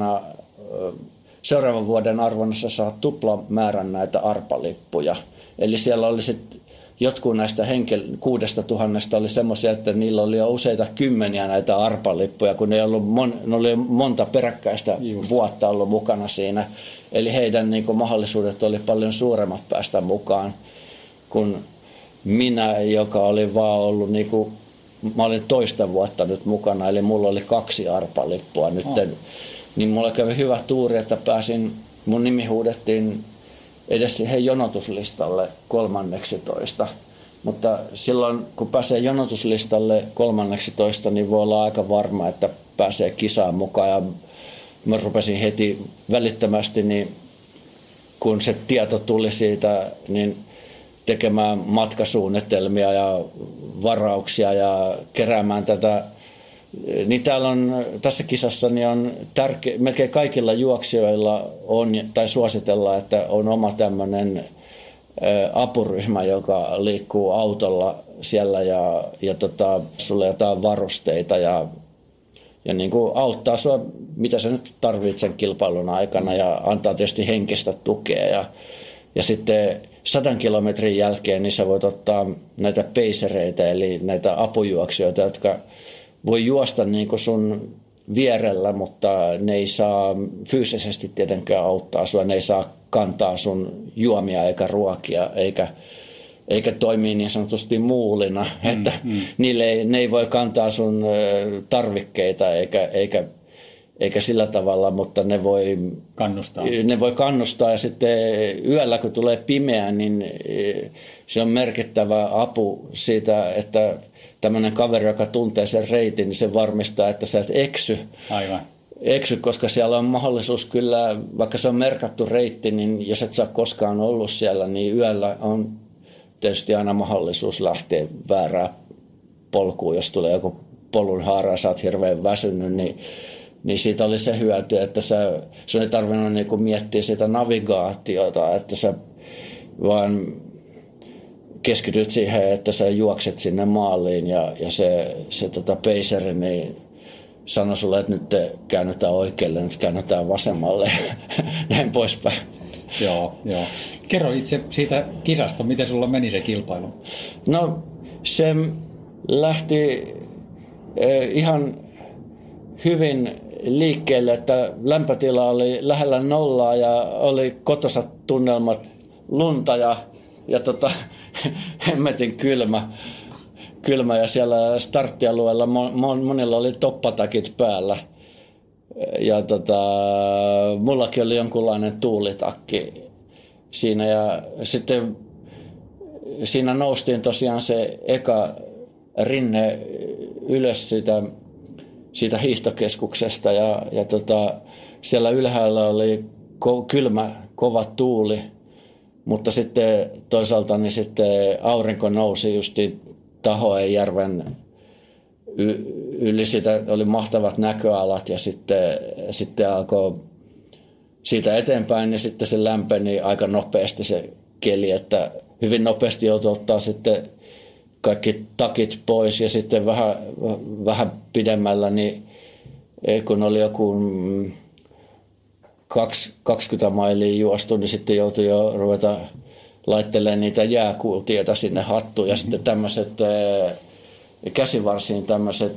seuraavan vuoden arvonnassa saa tuplamäärän näitä arpalippuja. Eli siellä oli sitten jotkut näistä 6000 oli semmoisia, että niillä oli jo useita kymmeniä näitä arpalippuja, kun ne oli monta peräkkäistä vuotta ollut mukana siinä. Eli heidän niin kuin, mahdollisuudet oli paljon suuremmat päästä mukaan kuin minä, joka oli vaan ollut, niin kuin, mä olin toista vuotta nyt mukana, eli mulla oli 2 arpalippua nyt. Niin mulla kävi hyvä tuuri, että mun nimi huudettiin edes siihen jonotuslistalle 13. Mutta silloin, kun pääsee jonotuslistalle 13, niin voi olla aika varma, että pääsee kisaan mukaan. Ja mä rupesin heti välittömästi, niin kun se tieto tuli siitä, niin tekemään matkasuunnitelmia ja varauksia ja keräämään tätä. Niin täällä on, tässä kisassa niin on melkein kaikilla juoksijoilla on, tai suositellaan, että on oma tämmöinen apuryhmä, joka liikkuu autolla siellä ja sulle jotain varusteita ja niin kuin auttaa sua, mitä sä nyt tarvitset sen kilpailun aikana ja antaa tietysti henkistä tukea. Ja sitten 100 kilometrin jälkeen niin sä voit ottaa näitä pacereita, eli näitä apujuoksijoita, jotka voi juosta niin kuin sun vierellä, mutta ne ei saa fyysisesti tietenkään auttaa sua, ne ei saa kantaa sun juomia eikä ruokia, eikä toimii niin sanotusti muulina, että ne ei voi kantaa sun tarvikkeita eikä sillä tavalla, mutta ne voi kannustaa ja sitten yöllä kun tulee pimeä, niin se on merkittävä apu siitä, että tämmöinen kaveri, joka tuntee sen reitin, niin se varmistaa, että sä et eksy. Aivan. Koska siellä on mahdollisuus kyllä, vaikka se on merkattu reitti, niin jos et sä koskaan ollut siellä, niin yöllä on tietysti aina mahdollisuus lähteä väärää polkuun. Jos tulee joku polun haara ja sä oot hirveän väsynyt, niin siitä oli se hyöty, että sun ei tarvinnut niinku miettiä sitä navigaatiota, että sä vaan keskityt siihen, että sä juokset sinne maaliin ja se paceri niin sanoi sulle, että nyt käännytään oikealle, nyt käännytään vasemmalle näin poispäin. Joo. Kerro itse siitä kisasta, miten sulla meni se kilpailu? No se lähti ihan hyvin liikkeelle, että lämpötila oli lähellä nollaa ja oli kotoisat tunnelmat, lunta ja hemmetin kylmä ja siellä starttialueella monilla oli toppatakit päällä ja mullakin oli jonkunlainen tuulitakki siinä ja sitten siinä noustiin tosiaan se eka rinne ylös siitä hiihtokeskuksesta ja siellä ylhäällä oli kylmä, kova tuuli, mutta sitten toisaalta niin sitten aurinko nousi justiin Tahoenjärven yli, sitä oli mahtavat näköalat ja sitten alkoi siitä eteenpäin, niin sitten se lämpeni aika nopeasti se keli, että hyvin nopeasti joutui ottaa sitten kaikki takit pois ja sitten vähän pidemmällä, niin kun oli joku 20 mailia juostu, niin sitten joutui jo ruveta laittelemaan niitä jääkuutioita sinne hattuun ja sitten tämmöiset käsivarsiin tämmöiset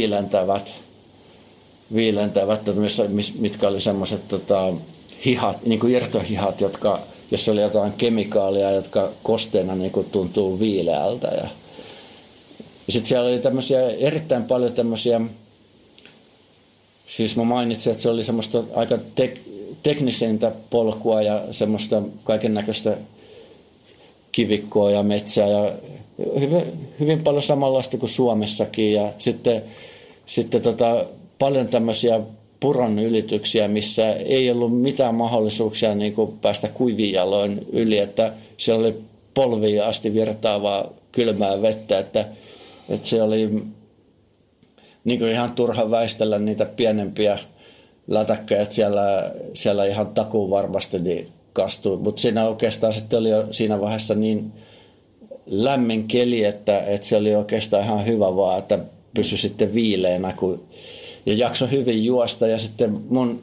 viilentävät, mitkä oli semmoiset hihat, niin kuin irtohihat, jossa oli jotain kemikaalia, jotka kosteena niin kuin tuntuu viileältä. Ja sitten siellä oli tämmöisiä, erittäin paljon tämmöisiä, siis mä mainitsin, että se oli semmoista aika teknisintä polkua ja semmoista kaiken näköistä kivikkoa ja metsää ja hyvin paljon samanlaista kuin Suomessakin ja sitten paljon tämmöisiä puron ylityksiä, missä ei ollut mitään mahdollisuuksia niin kuin päästä kuivijaloin yli, että siellä oli polviin asti virtaavaa kylmää vettä, että se oli niin kuin ihan turha väistellä niitä pienempiä lätäkköjä, että siellä ihan takuun varmasti niin kastui, mutta siinä oikeastaan sitten oli jo siinä vaiheessa niin lämmin keli, että se oli oikeastaan ihan hyvä vaan, että pysyi sitten viileänä ja jaksoi hyvin juosta ja sitten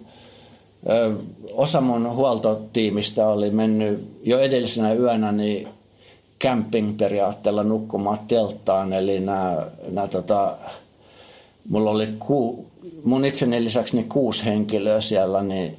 osa mun huoltotiimistä oli mennyt jo edellisenä yönä niin camping-periaatteella nukkumaan telttaan, eli mulla oli mun itseni lisäksi niin 6 henkilöä siellä, niin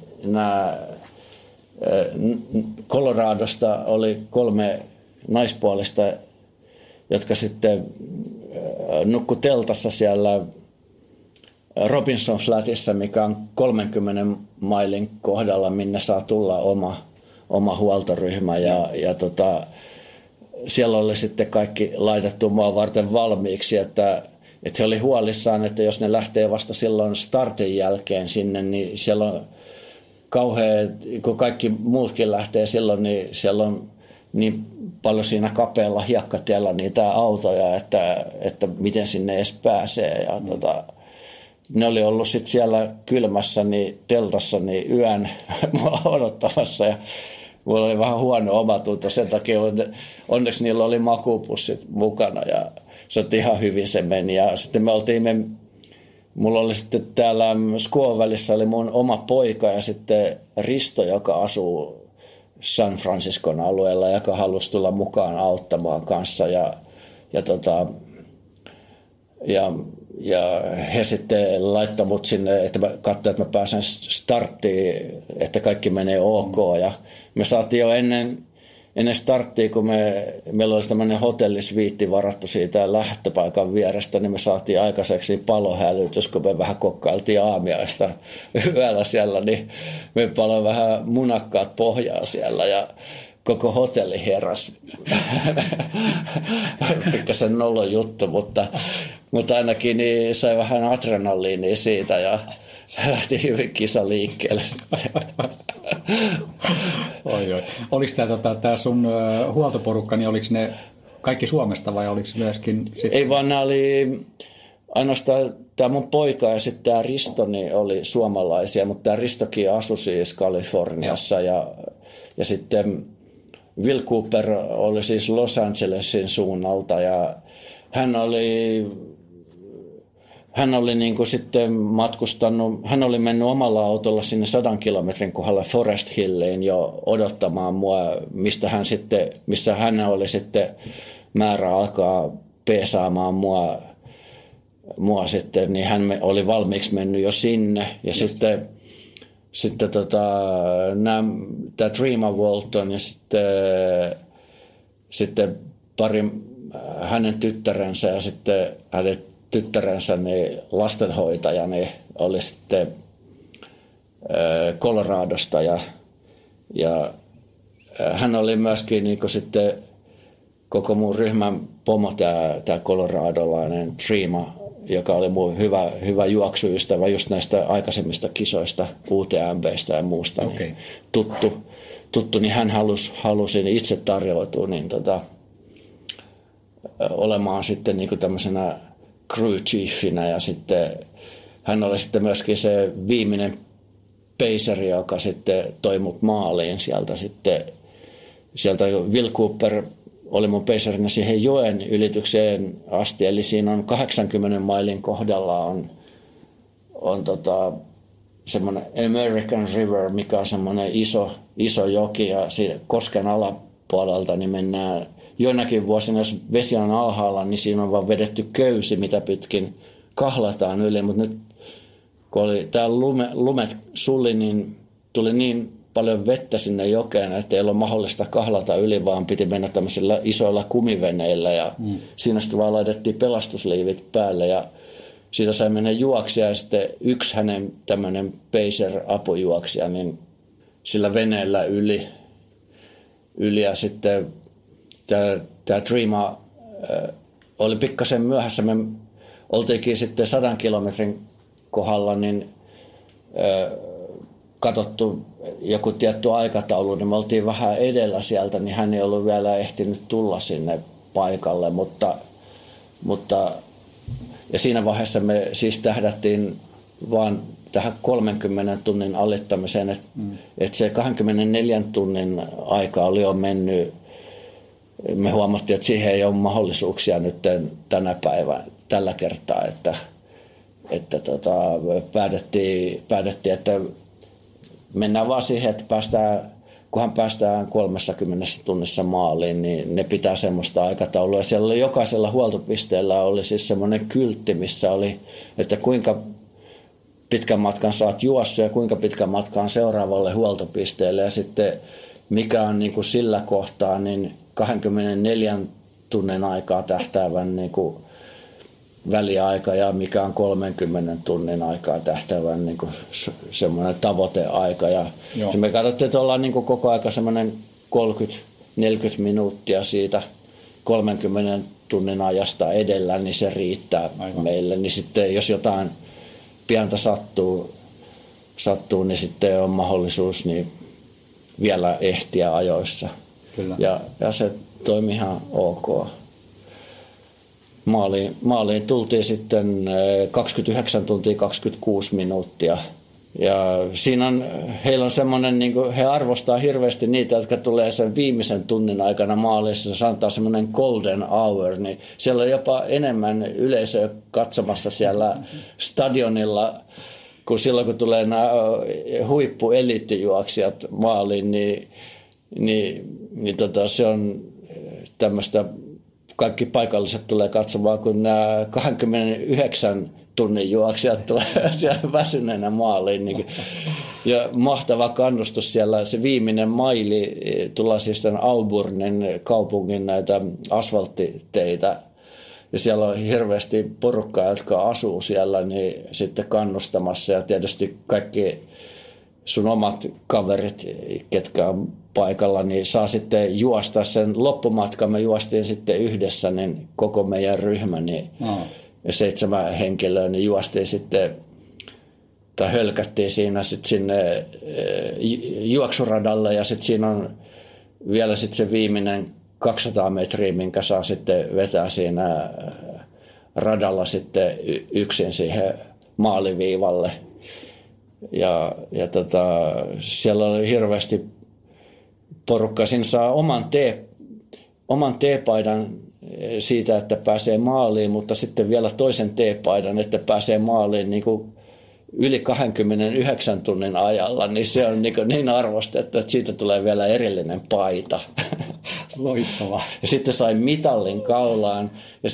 Coloradosta oli 3 naispuolista, jotka sitten nukkui teltassa siellä Robinson Flatissa, mikä on 30 mailin kohdalla, minne saa tulla oma huoltoryhmä ja siellä oli sitten kaikki laitettu mua varten valmiiksi, että he oli huolissaan, että jos ne lähtee vasta silloin startin jälkeen sinne, niin siellä on kauhean, kun kaikki muutkin lähtee silloin, niin siellä on niin paljon siinä kapealla hiekkatiellä niitä autoja, että miten sinne edes pääsee. Ja ne oli ollut sitten siellä kylmässä niin teltassa niin yön mua odottamassa ja mulla oli vähän huono omatunto. Sen takia onneksi niillä oli makupussit mukana ja se otti ihan hyvin se meni. Ja sitten mulla oli sitten täällä Squaw-välissä oli mun oma poika ja sitten Risto, joka asuu San Franciscon alueella, joka halusi tulla mukaan auttamaan kanssa ja he sitten laittoi mut sinne, että mä katsoin, että mä pääsen starttiin, että kaikki menee ok ja me saatiin jo ennen starttia, kun meillä oli tämmöinen hotellisviitti varattu siitä lähtöpaikan vierestä, niin me saatiin aikaiseksi palohälytys, kun me vähän kokkailtiin aamiaista yöllä siellä, niin me paloi vähän munakkaat pohjaa siellä ja koko hotelli heräsi. Pikkasen nolo juttu, mutta ainakin niin sai vähän adrenaliinia siitä ja lähti hyvin kisa liikkeelle. Oi. Oliko tämä sun huoltoporukka, niin oliko ne kaikki Suomesta vai oliko myöskin... Ei vaan nämä oli ainoastaan tämä mun poika ja sitten tämä Risto niin oli suomalaisia, mutta tämä Ristokin asui siis Kaliforniassa ja sitten Will Cooper oli siis Los Angelesin suunnalta ja hän oli niin kuin sitten matkustanut, hän oli mennyt omalla autolla sinne 100 kilometrin kohdalla Forest Hilliin jo odottamaan mua, missä hän oli sitten määrä alkaa peesaamaan mua sitten, niin hän oli valmiiksi mennyt jo sinne ja sitten tämä Dreama Walton ja sitten pari hänen tyttärensä ja sitten hänen tyttärensä niin lastenhoitaja niin oli sitten Coloradosta ja hän oli myöskin niin kuin sitten koko mun ryhmän pomo, tämä coloradolainen joka oli mun hyvä juoksuystävä just näistä aikaisemmista kisoista, UTMBstä ja muusta, niin tuttu, niin hän halusi itse tarjoutua niin olemaan sitten niin kuin tämmöisenä crew chiefinä, ja sitten hän oli sitten myöskin se viimeinen paceri, joka sitten toi mut maaliin sieltä Will Cooper oli mun pacerinä siihen joen ylitykseen asti, eli siinä on 80 mailin kohdalla on semmoinen American River, mikä on semmoinen iso joki, ja siinä kosken alapuolelta niin mennään joinakin vuosina, jos vesi on alhaalla, niin siinä on vaan vedetty köysi, mitä pitkin kahlataan yli, mutta nyt kun oli tää lumet suli, niin tuli niin paljon vettä sinne jokeen, että ei ollut mahdollista kahlata yli, vaan piti mennä tämmöisillä isoilla kumiveneillä, ja siinä sitten vaan laitettiin pelastusliivit päälle, ja siitä sai mennä juoksija, ja sitten yksi hänen tämmöinen pacer-apujuoksija, niin sillä veneellä yli ja sitten tämä Dreama oli pikkasen myöhässä. Me oltiinkin sitten 100 kilometrin kohdalla niin katsottu joku tietty aikataulu, niin me oltiin vähän edellä sieltä, niin hän ei ollut vielä ehtinyt tulla sinne paikalle, mutta ja siinä vaiheessa me siis tähdättiin vaan tähän 30 tunnin alittamiseen, että se 24 tunnin aika oli jo mennyt. Me huomattiin, että siihen ei ole mahdollisuuksia nyt tänä päivänä tällä kertaa, että päätettiin, että mennään vaan siihen, että kunhan päästään 30 tunnissa maaliin, niin ne pitää semmoista aikataulua. Siellä oli jokaisella huoltopisteellä oli siis semmoinen kyltti, missä oli, että kuinka pitkän matkan saat juossa ja kuinka pitkän matkan seuraavalle huoltopisteelle, ja sitten mikä on niin kuin sillä kohtaa niin 24 tunnin aikaa tähtäävän niin kuin väliaika, ja mikä on 30 tunnin aikaa tähtäävän niin kuin semmoinen tavoiteaika. Ja me katsottiin, että ollaan niin kuin koko aika semmoinen 30-40 minuuttia siitä 30 tunnin ajasta edellä, niin se riittää meille. Niin sitten jos jotain pientä sattuu, niin sitten on mahdollisuus niin vielä ehtiä ajoissa. Kyllä. Ja se toimi ihan ok. Maaliin tultiin sitten 29 tuntia 26 minuuttia. Ja siinä heillä on semmoinen, niin kuin, he arvostaa hirveästi niitä, jotka tulee sen viimeisen tunnin aikana maalissa, se antaa semmoinen golden hour, niin siellä on jopa enemmän yleisöä katsomassa siellä stadionilla, kun silloin kun tulee nämä huippueliittijuoksijat maaliin, niin se on tämmöistä, kaikki paikalliset tulee katsomaan, kun nämä 29 tunnin juoksijat tulee siellä väsyneenä maaliin. Niin, ja mahtava kannustus siellä, se viimeinen maili, tullaan siis tämän Auburnin kaupungin näitä asfalttiteitä, ja siellä on hirveästi porukkaa, jotka asuu siellä, niin sitten kannustamassa, ja tietysti kaikki sun omat kaverit, ketkä on paikalla, niin saa sitten juosta sen loppumatkan. Me juostiin sitten yhdessä, niin koko meidän ryhmä, niin 7 henkilöä, niin juostiin sitten, tai hölkättiin siinä sitten sinne juoksuradalle, ja sitten siinä on vielä sitten se viimeinen 200 metriä, minkä saa sitten vetää siinä radalla sitten yksin siihen maaliviivalle. Ja siellä oli hirveästi porukka. Siinä saa oman teepaidan siitä, että pääsee maaliin, mutta sitten vielä toisen teepaidan, että pääsee maaliin niin kuin yli 29 tunnin ajalla, niin se on niin arvostettu, että siitä tulee vielä erillinen paita. Loistavaa. Ja sitten sai mitallin kaulaan, ja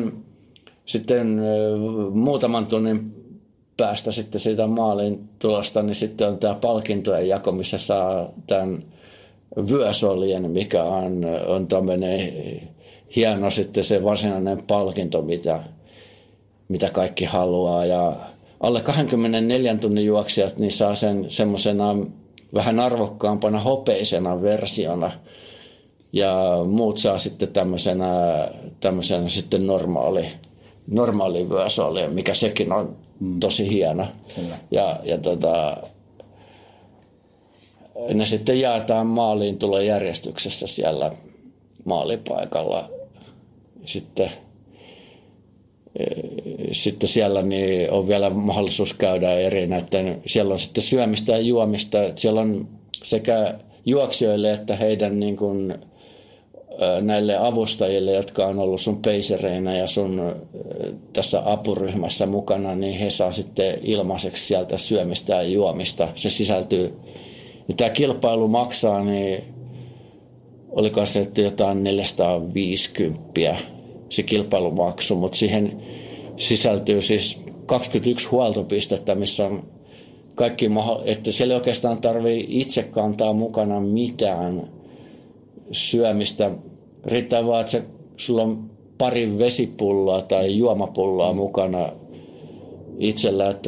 sitten muutaman tunnin päästä sitten siitä maalin tulosta, niin sitten on tämä palkintojen jako, missä saa tämän vyösoljen, mikä on tämmöinen hieno sitten se varsinainen palkinto, mitä kaikki haluaa. Ja alle 24 tunnin juoksijat niin saa sen semmoisena vähän arvokkaampana hopeisena versiona, ja muut saa sitten tämmöisenä sitten normaali vyösoli, mikä sekin on tosi hieno. Ja ne sitten jaetaan maaliin tulojärjestyksessä siellä maalipaikalla. Sitten siellä niin on vielä mahdollisuus käydä eri näiden, siellä on sitten syömistä ja juomista. Siellä on sekä juoksijoille että heidän niin kuin, näille avustajille, jotka on ollut sun peisereinä ja sun tässä apuryhmässä mukana, niin he saa sitten ilmaiseksi sieltä syömistä ja juomista. Se sisältyy. Ja tämä kilpailu maksaa, niin oliko se että jotain 450 se kilpailumaksu, mutta siihen sisältyy siis 21 huoltopistettä, missä on kaikki että siellä ei oikeastaan tarvitse itse kantaa mukana mitään syömistä. Riittää vaan, että sulla on pari vesipulloa tai juomapulloa mukana itsellä, että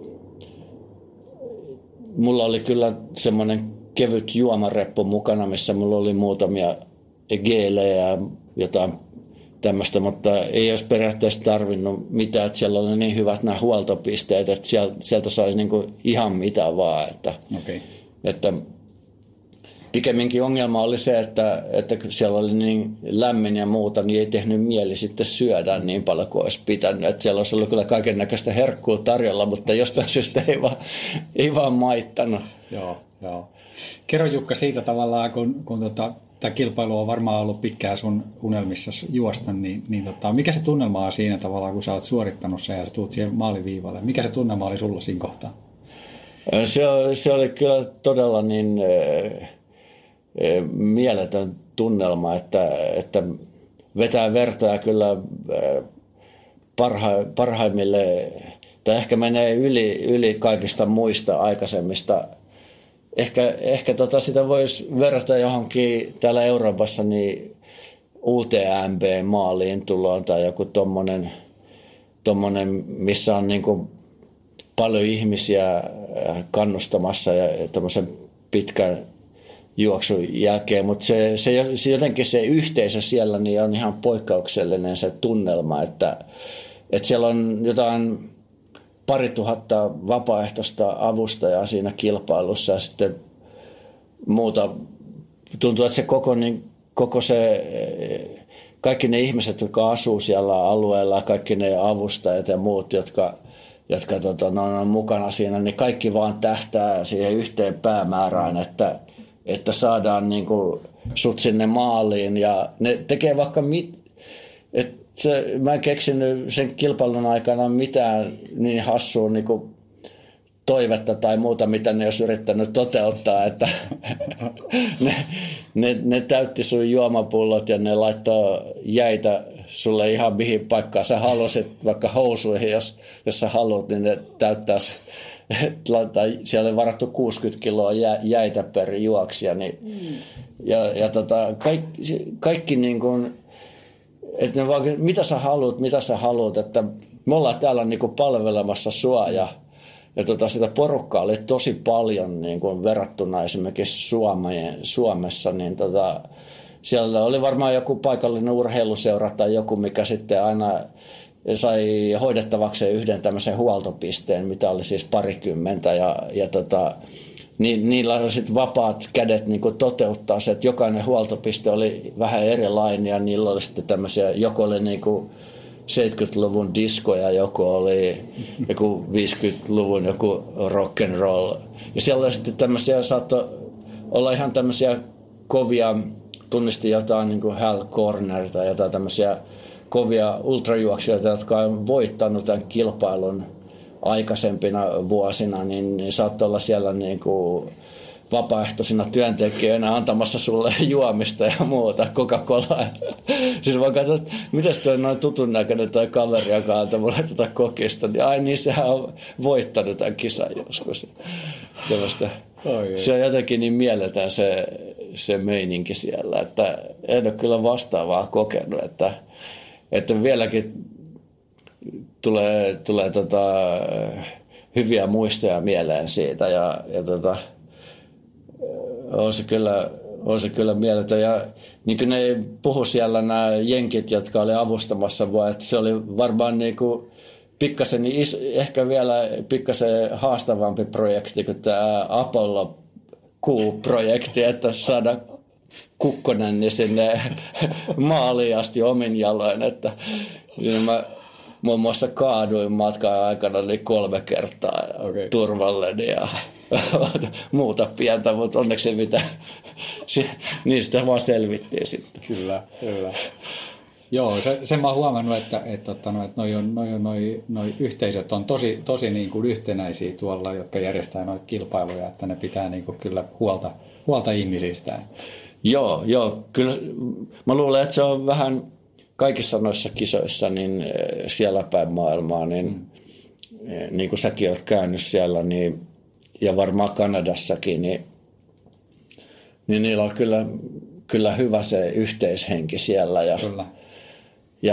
mulla oli kyllä semmoinen kevyt juomareppu mukana, missä mulla oli muutamia geelejä ja jotain tämmöistä, mutta ei olisi periaatteessa tarvinnut mitään, että siellä oli niin hyvät nämä huoltopisteet, että sieltä saisi niinku ihan mitä vaan. Että pikemminkin ongelma oli se, että siellä oli niin lämmin ja muuta, niin ei tehnyt mieli sitten syödä niin paljon kuin olisi pitänyt. Että siellä olisi ollut kyllä kaiken näköistä herkkua tarjolla, mutta jostain syystä ei vaan maittanut. Joo. Kerro Jukka siitä tavallaan, kun tämä kilpailu on varmaan ollut pitkään sun unelmissa juosta, niin mikä se tunnelma on siinä tavallaan, kun sä oot suorittanut sen ja sä tuut siihen maaliviivalle? Mikä se tunnelma oli sulla siinä kohtaa? Se oli kyllä todella niin mieletön tunnelma, että vetää vertoja kyllä parhaimmille, tai ehkä menee yli kaikista muista aikaisemmista. Ehkä sitä voisi verrata johonkin täällä Euroopassa niin UTMB-maaliin tuloon tai joku tommonen missä on niin kuin paljon ihmisiä kannustamassa ja tommosen pitkän juoksun jälkeen, mutta se jotenkin se yhteisö siellä niin on ihan poikkeuksellinen se tunnelma, että siellä on jotain 2000 vapaaehtoista avustajaa siinä kilpailussa ja sitten muuta. Tuntuu, että se koko se, kaikki ne ihmiset, jotka asuu siellä alueella, kaikki ne avustajat ja muut, jotka on mukana siinä, niin kaikki vaan tähtää siihen yhteen päämäärään, että saadaan niin kuin sut sinne maaliin ja ne tekee vaikka mä en keksinyt sen kilpailun aikana mitään niin hassua niin kuin toivetta tai muuta, mitä ne olisi yrittänyt toteuttaa, että ne täytti sun juomapullot ja ne laittoi jäitä sulle ihan mihin paikkaan sä halusit, vaikka housuihin, jos sä haluat, niin ne täyttäisi. Siellä oli varattu 60 kiloa jäitä per juoksija. Niin, kaikki niin kuin, että mitä sä haluat, että me ollaan täällä niin kuin palvelemassa sua ja sitä porukkaa oli tosi paljon niin kuin verrattuna esimerkiksi Suomessa, niin siellä oli varmaan joku paikallinen urheiluseura tai joku, mikä sitten aina sai hoidettavakseen yhden tämmöisen huoltopisteen, mitä oli siis parikymmentä niillä oli sitten vapaat kädet niin kuin toteuttaa se, että jokainen huoltopiste oli vähän erilainen ja niillä oli sitten tämmöisiä, joko oli niin kuin 70-luvun diskoja, joku oli joku 50-luvun joku rock and roll. Ja siellä oli sitten tämmöisiä, saattoi olla ihan tämmöisiä kovia, tunnisti jotain niin kuin Hal Corner tai jotain tämmöisiä kovia ultrajuoksijoita, jotka on voittanut tämän kilpailun aikaisempina vuosina, niin saattoi olla siellä niin kuin vapaaehtoisina työntekijöinä antamassa sulle juomista ja muuta, Coca-Colaa. Siis vaan katsoin, että mitäs toi noin tutun näköinen toi kaveri, joka antoi mulle tätä kokista, niin ai niin, sehän on voittanut tämän kisan joskus. Se on jotenkin niin mieletön se meininki siellä, että en ole kyllä vastaavaa kokenut, että vieläkin tulee hyviä muistoja mieleen siitä ja on se kyllä on se kyllä mieletön. Ja niin kuin ne puhu siellä nämä jenkit, jotka oli avustamassa vaan, että se oli varmaan niin kuin pikkasen, ehkä vielä pikkasen haastavampi projekti kuin tämä Apollo Q-projekti, että saada Kukkonen niin sinne maaliin asti omin jaloin. Että mä muun muassa kaaduin matkan aikana niin 3 kertaa turvalleni ja muuta pientä, mutta onneksi mitä niistä vaan selvittiin sitten. Kyllä. Joo, sen mä oon huomannut, että noi yhteisöt on tosi niin kuin yhtenäisiä tuolla, jotka järjestää noita kilpailuja, että ne pitää niin kuin kyllä huolta ihmisistä. Joo, kyllä mä luulen, että se on vähän kaikissa noissa kisoissa niin siellä päin maailmaa, niin kuin säkin olet käynyt siellä, niin, ja varmaan Kanadassakin, niin niillä on kyllä hyvä se yhteishenki siellä. Ja, kyllä. Ja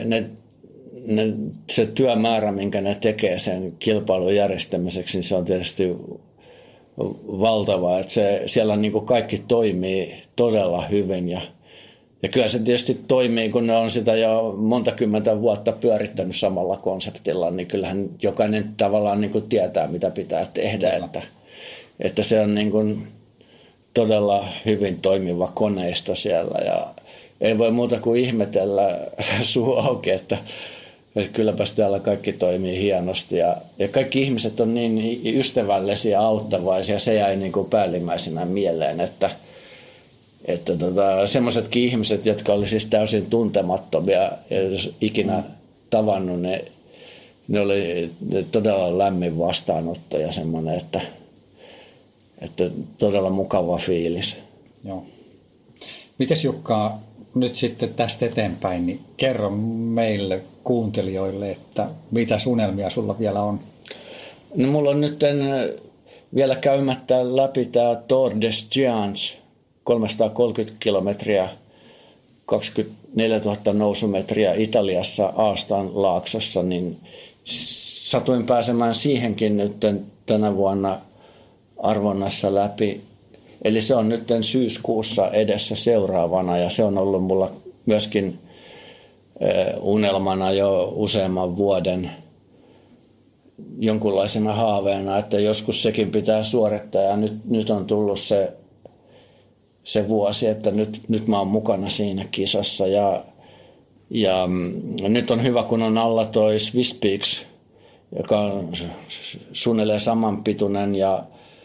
se työmäärä, minkä ne tekee sen kilpailun järjestämiseksi, niin se on tietysti valtava. Että siellä niin kuin kaikki toimii todella hyvin ja kyllä se tietysti toimii, kun ne on sitä jo monta kymmentä vuotta pyörittänyt samalla konseptilla, niin kyllähän jokainen tavallaan niin kuin tietää, mitä pitää tehdä. Että se on niin kuin todella hyvin toimiva koneisto siellä ja ei voi muuta kuin ihmetellä suu auki, että kylläpäs täällä kaikki toimii hienosti ja kaikki ihmiset on niin ystävällisiä ja auttavaisia, se jäi niin kuin päällimmäisenä mieleen, että semmoisetkin ihmiset, jotka oli siis täysin tuntemattomia ja ikinä tavannut, ne oli todella lämmin vastaanotto ja semmoinen, että todella mukava fiilis. Joo. Mites Jukka, nyt sitten tästä eteenpäin, niin kerro meille kuuntelijoille, että mitä unelmia sulla vielä on? No mulla on nyt vielä käymättä läpi tämä Tour des Géants, 330 kilometriä, 24 000 nousumetriä Italiassa Aastan laaksossa, niin satuin pääsemään siihenkin nyt tänä vuonna arvonnassa läpi. Eli se on nyt syyskuussa edessä seuraavana ja se on ollut mulla myöskin unelmana jo useamman vuoden jonkunlaisena haaveena, että joskus sekin pitää suorittaa ja nyt on tullut se vuosi, että nyt mä oon mukana siinä kisassa ja nyt on hyvä, kun on alla toi Swiss Peaks, joka on suunnilleen samanpituinen ja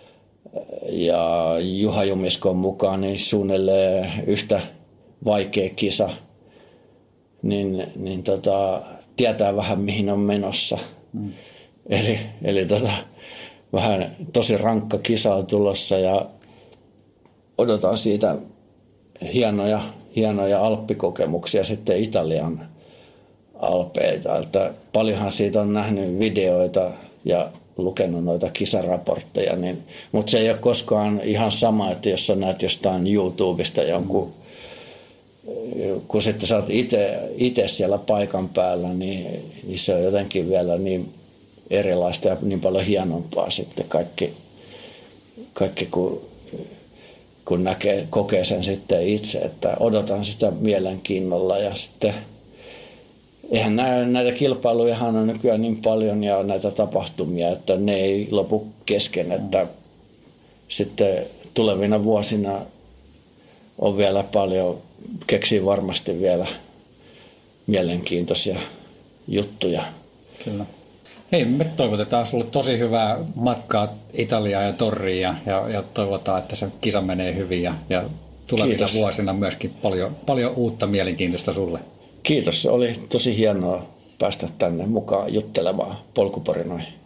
Juha Jumiskon mukaan niin suunnilleen yhtä vaikea kisa, niin tietää vähän mihin on menossa. Eli vähän tosi rankka kisa on tulossa ja odotan siitä hienoja alppikokemuksia sitten Italian alpeita. Että paljonhan siitä on nähnyt videoita ja lukenut noita kisaraportteja, mutta se ei ole koskaan ihan sama, että jos sä näet jostain YouTubesta jonkun, kun sitten sä oot itse siellä paikan päällä, niin se on jotenkin vielä niin erilaista ja niin paljon hienompaa sitten kaikki kun kokee sen sitten itse, että odotan sitä mielenkiinnolla ja sitten eihän näitä kilpailujahan on nykyään niin paljon ja näitä tapahtumia, että ne ei lopu kesken, että sitten tulevina vuosina on vielä paljon, keksii varmasti vielä mielenkiintoisia juttuja. Kyllä. Hei, me toivotetaan sulle tosi hyvää matkaa Italiaan ja Torriin ja toivotaan, että se kisa menee hyvin ja tulevina vuosina myöskin paljon uutta mielenkiintoista sulle. Kiitos, oli tosi hienoa päästä tänne mukaan juttelemaan polkuporinoihin.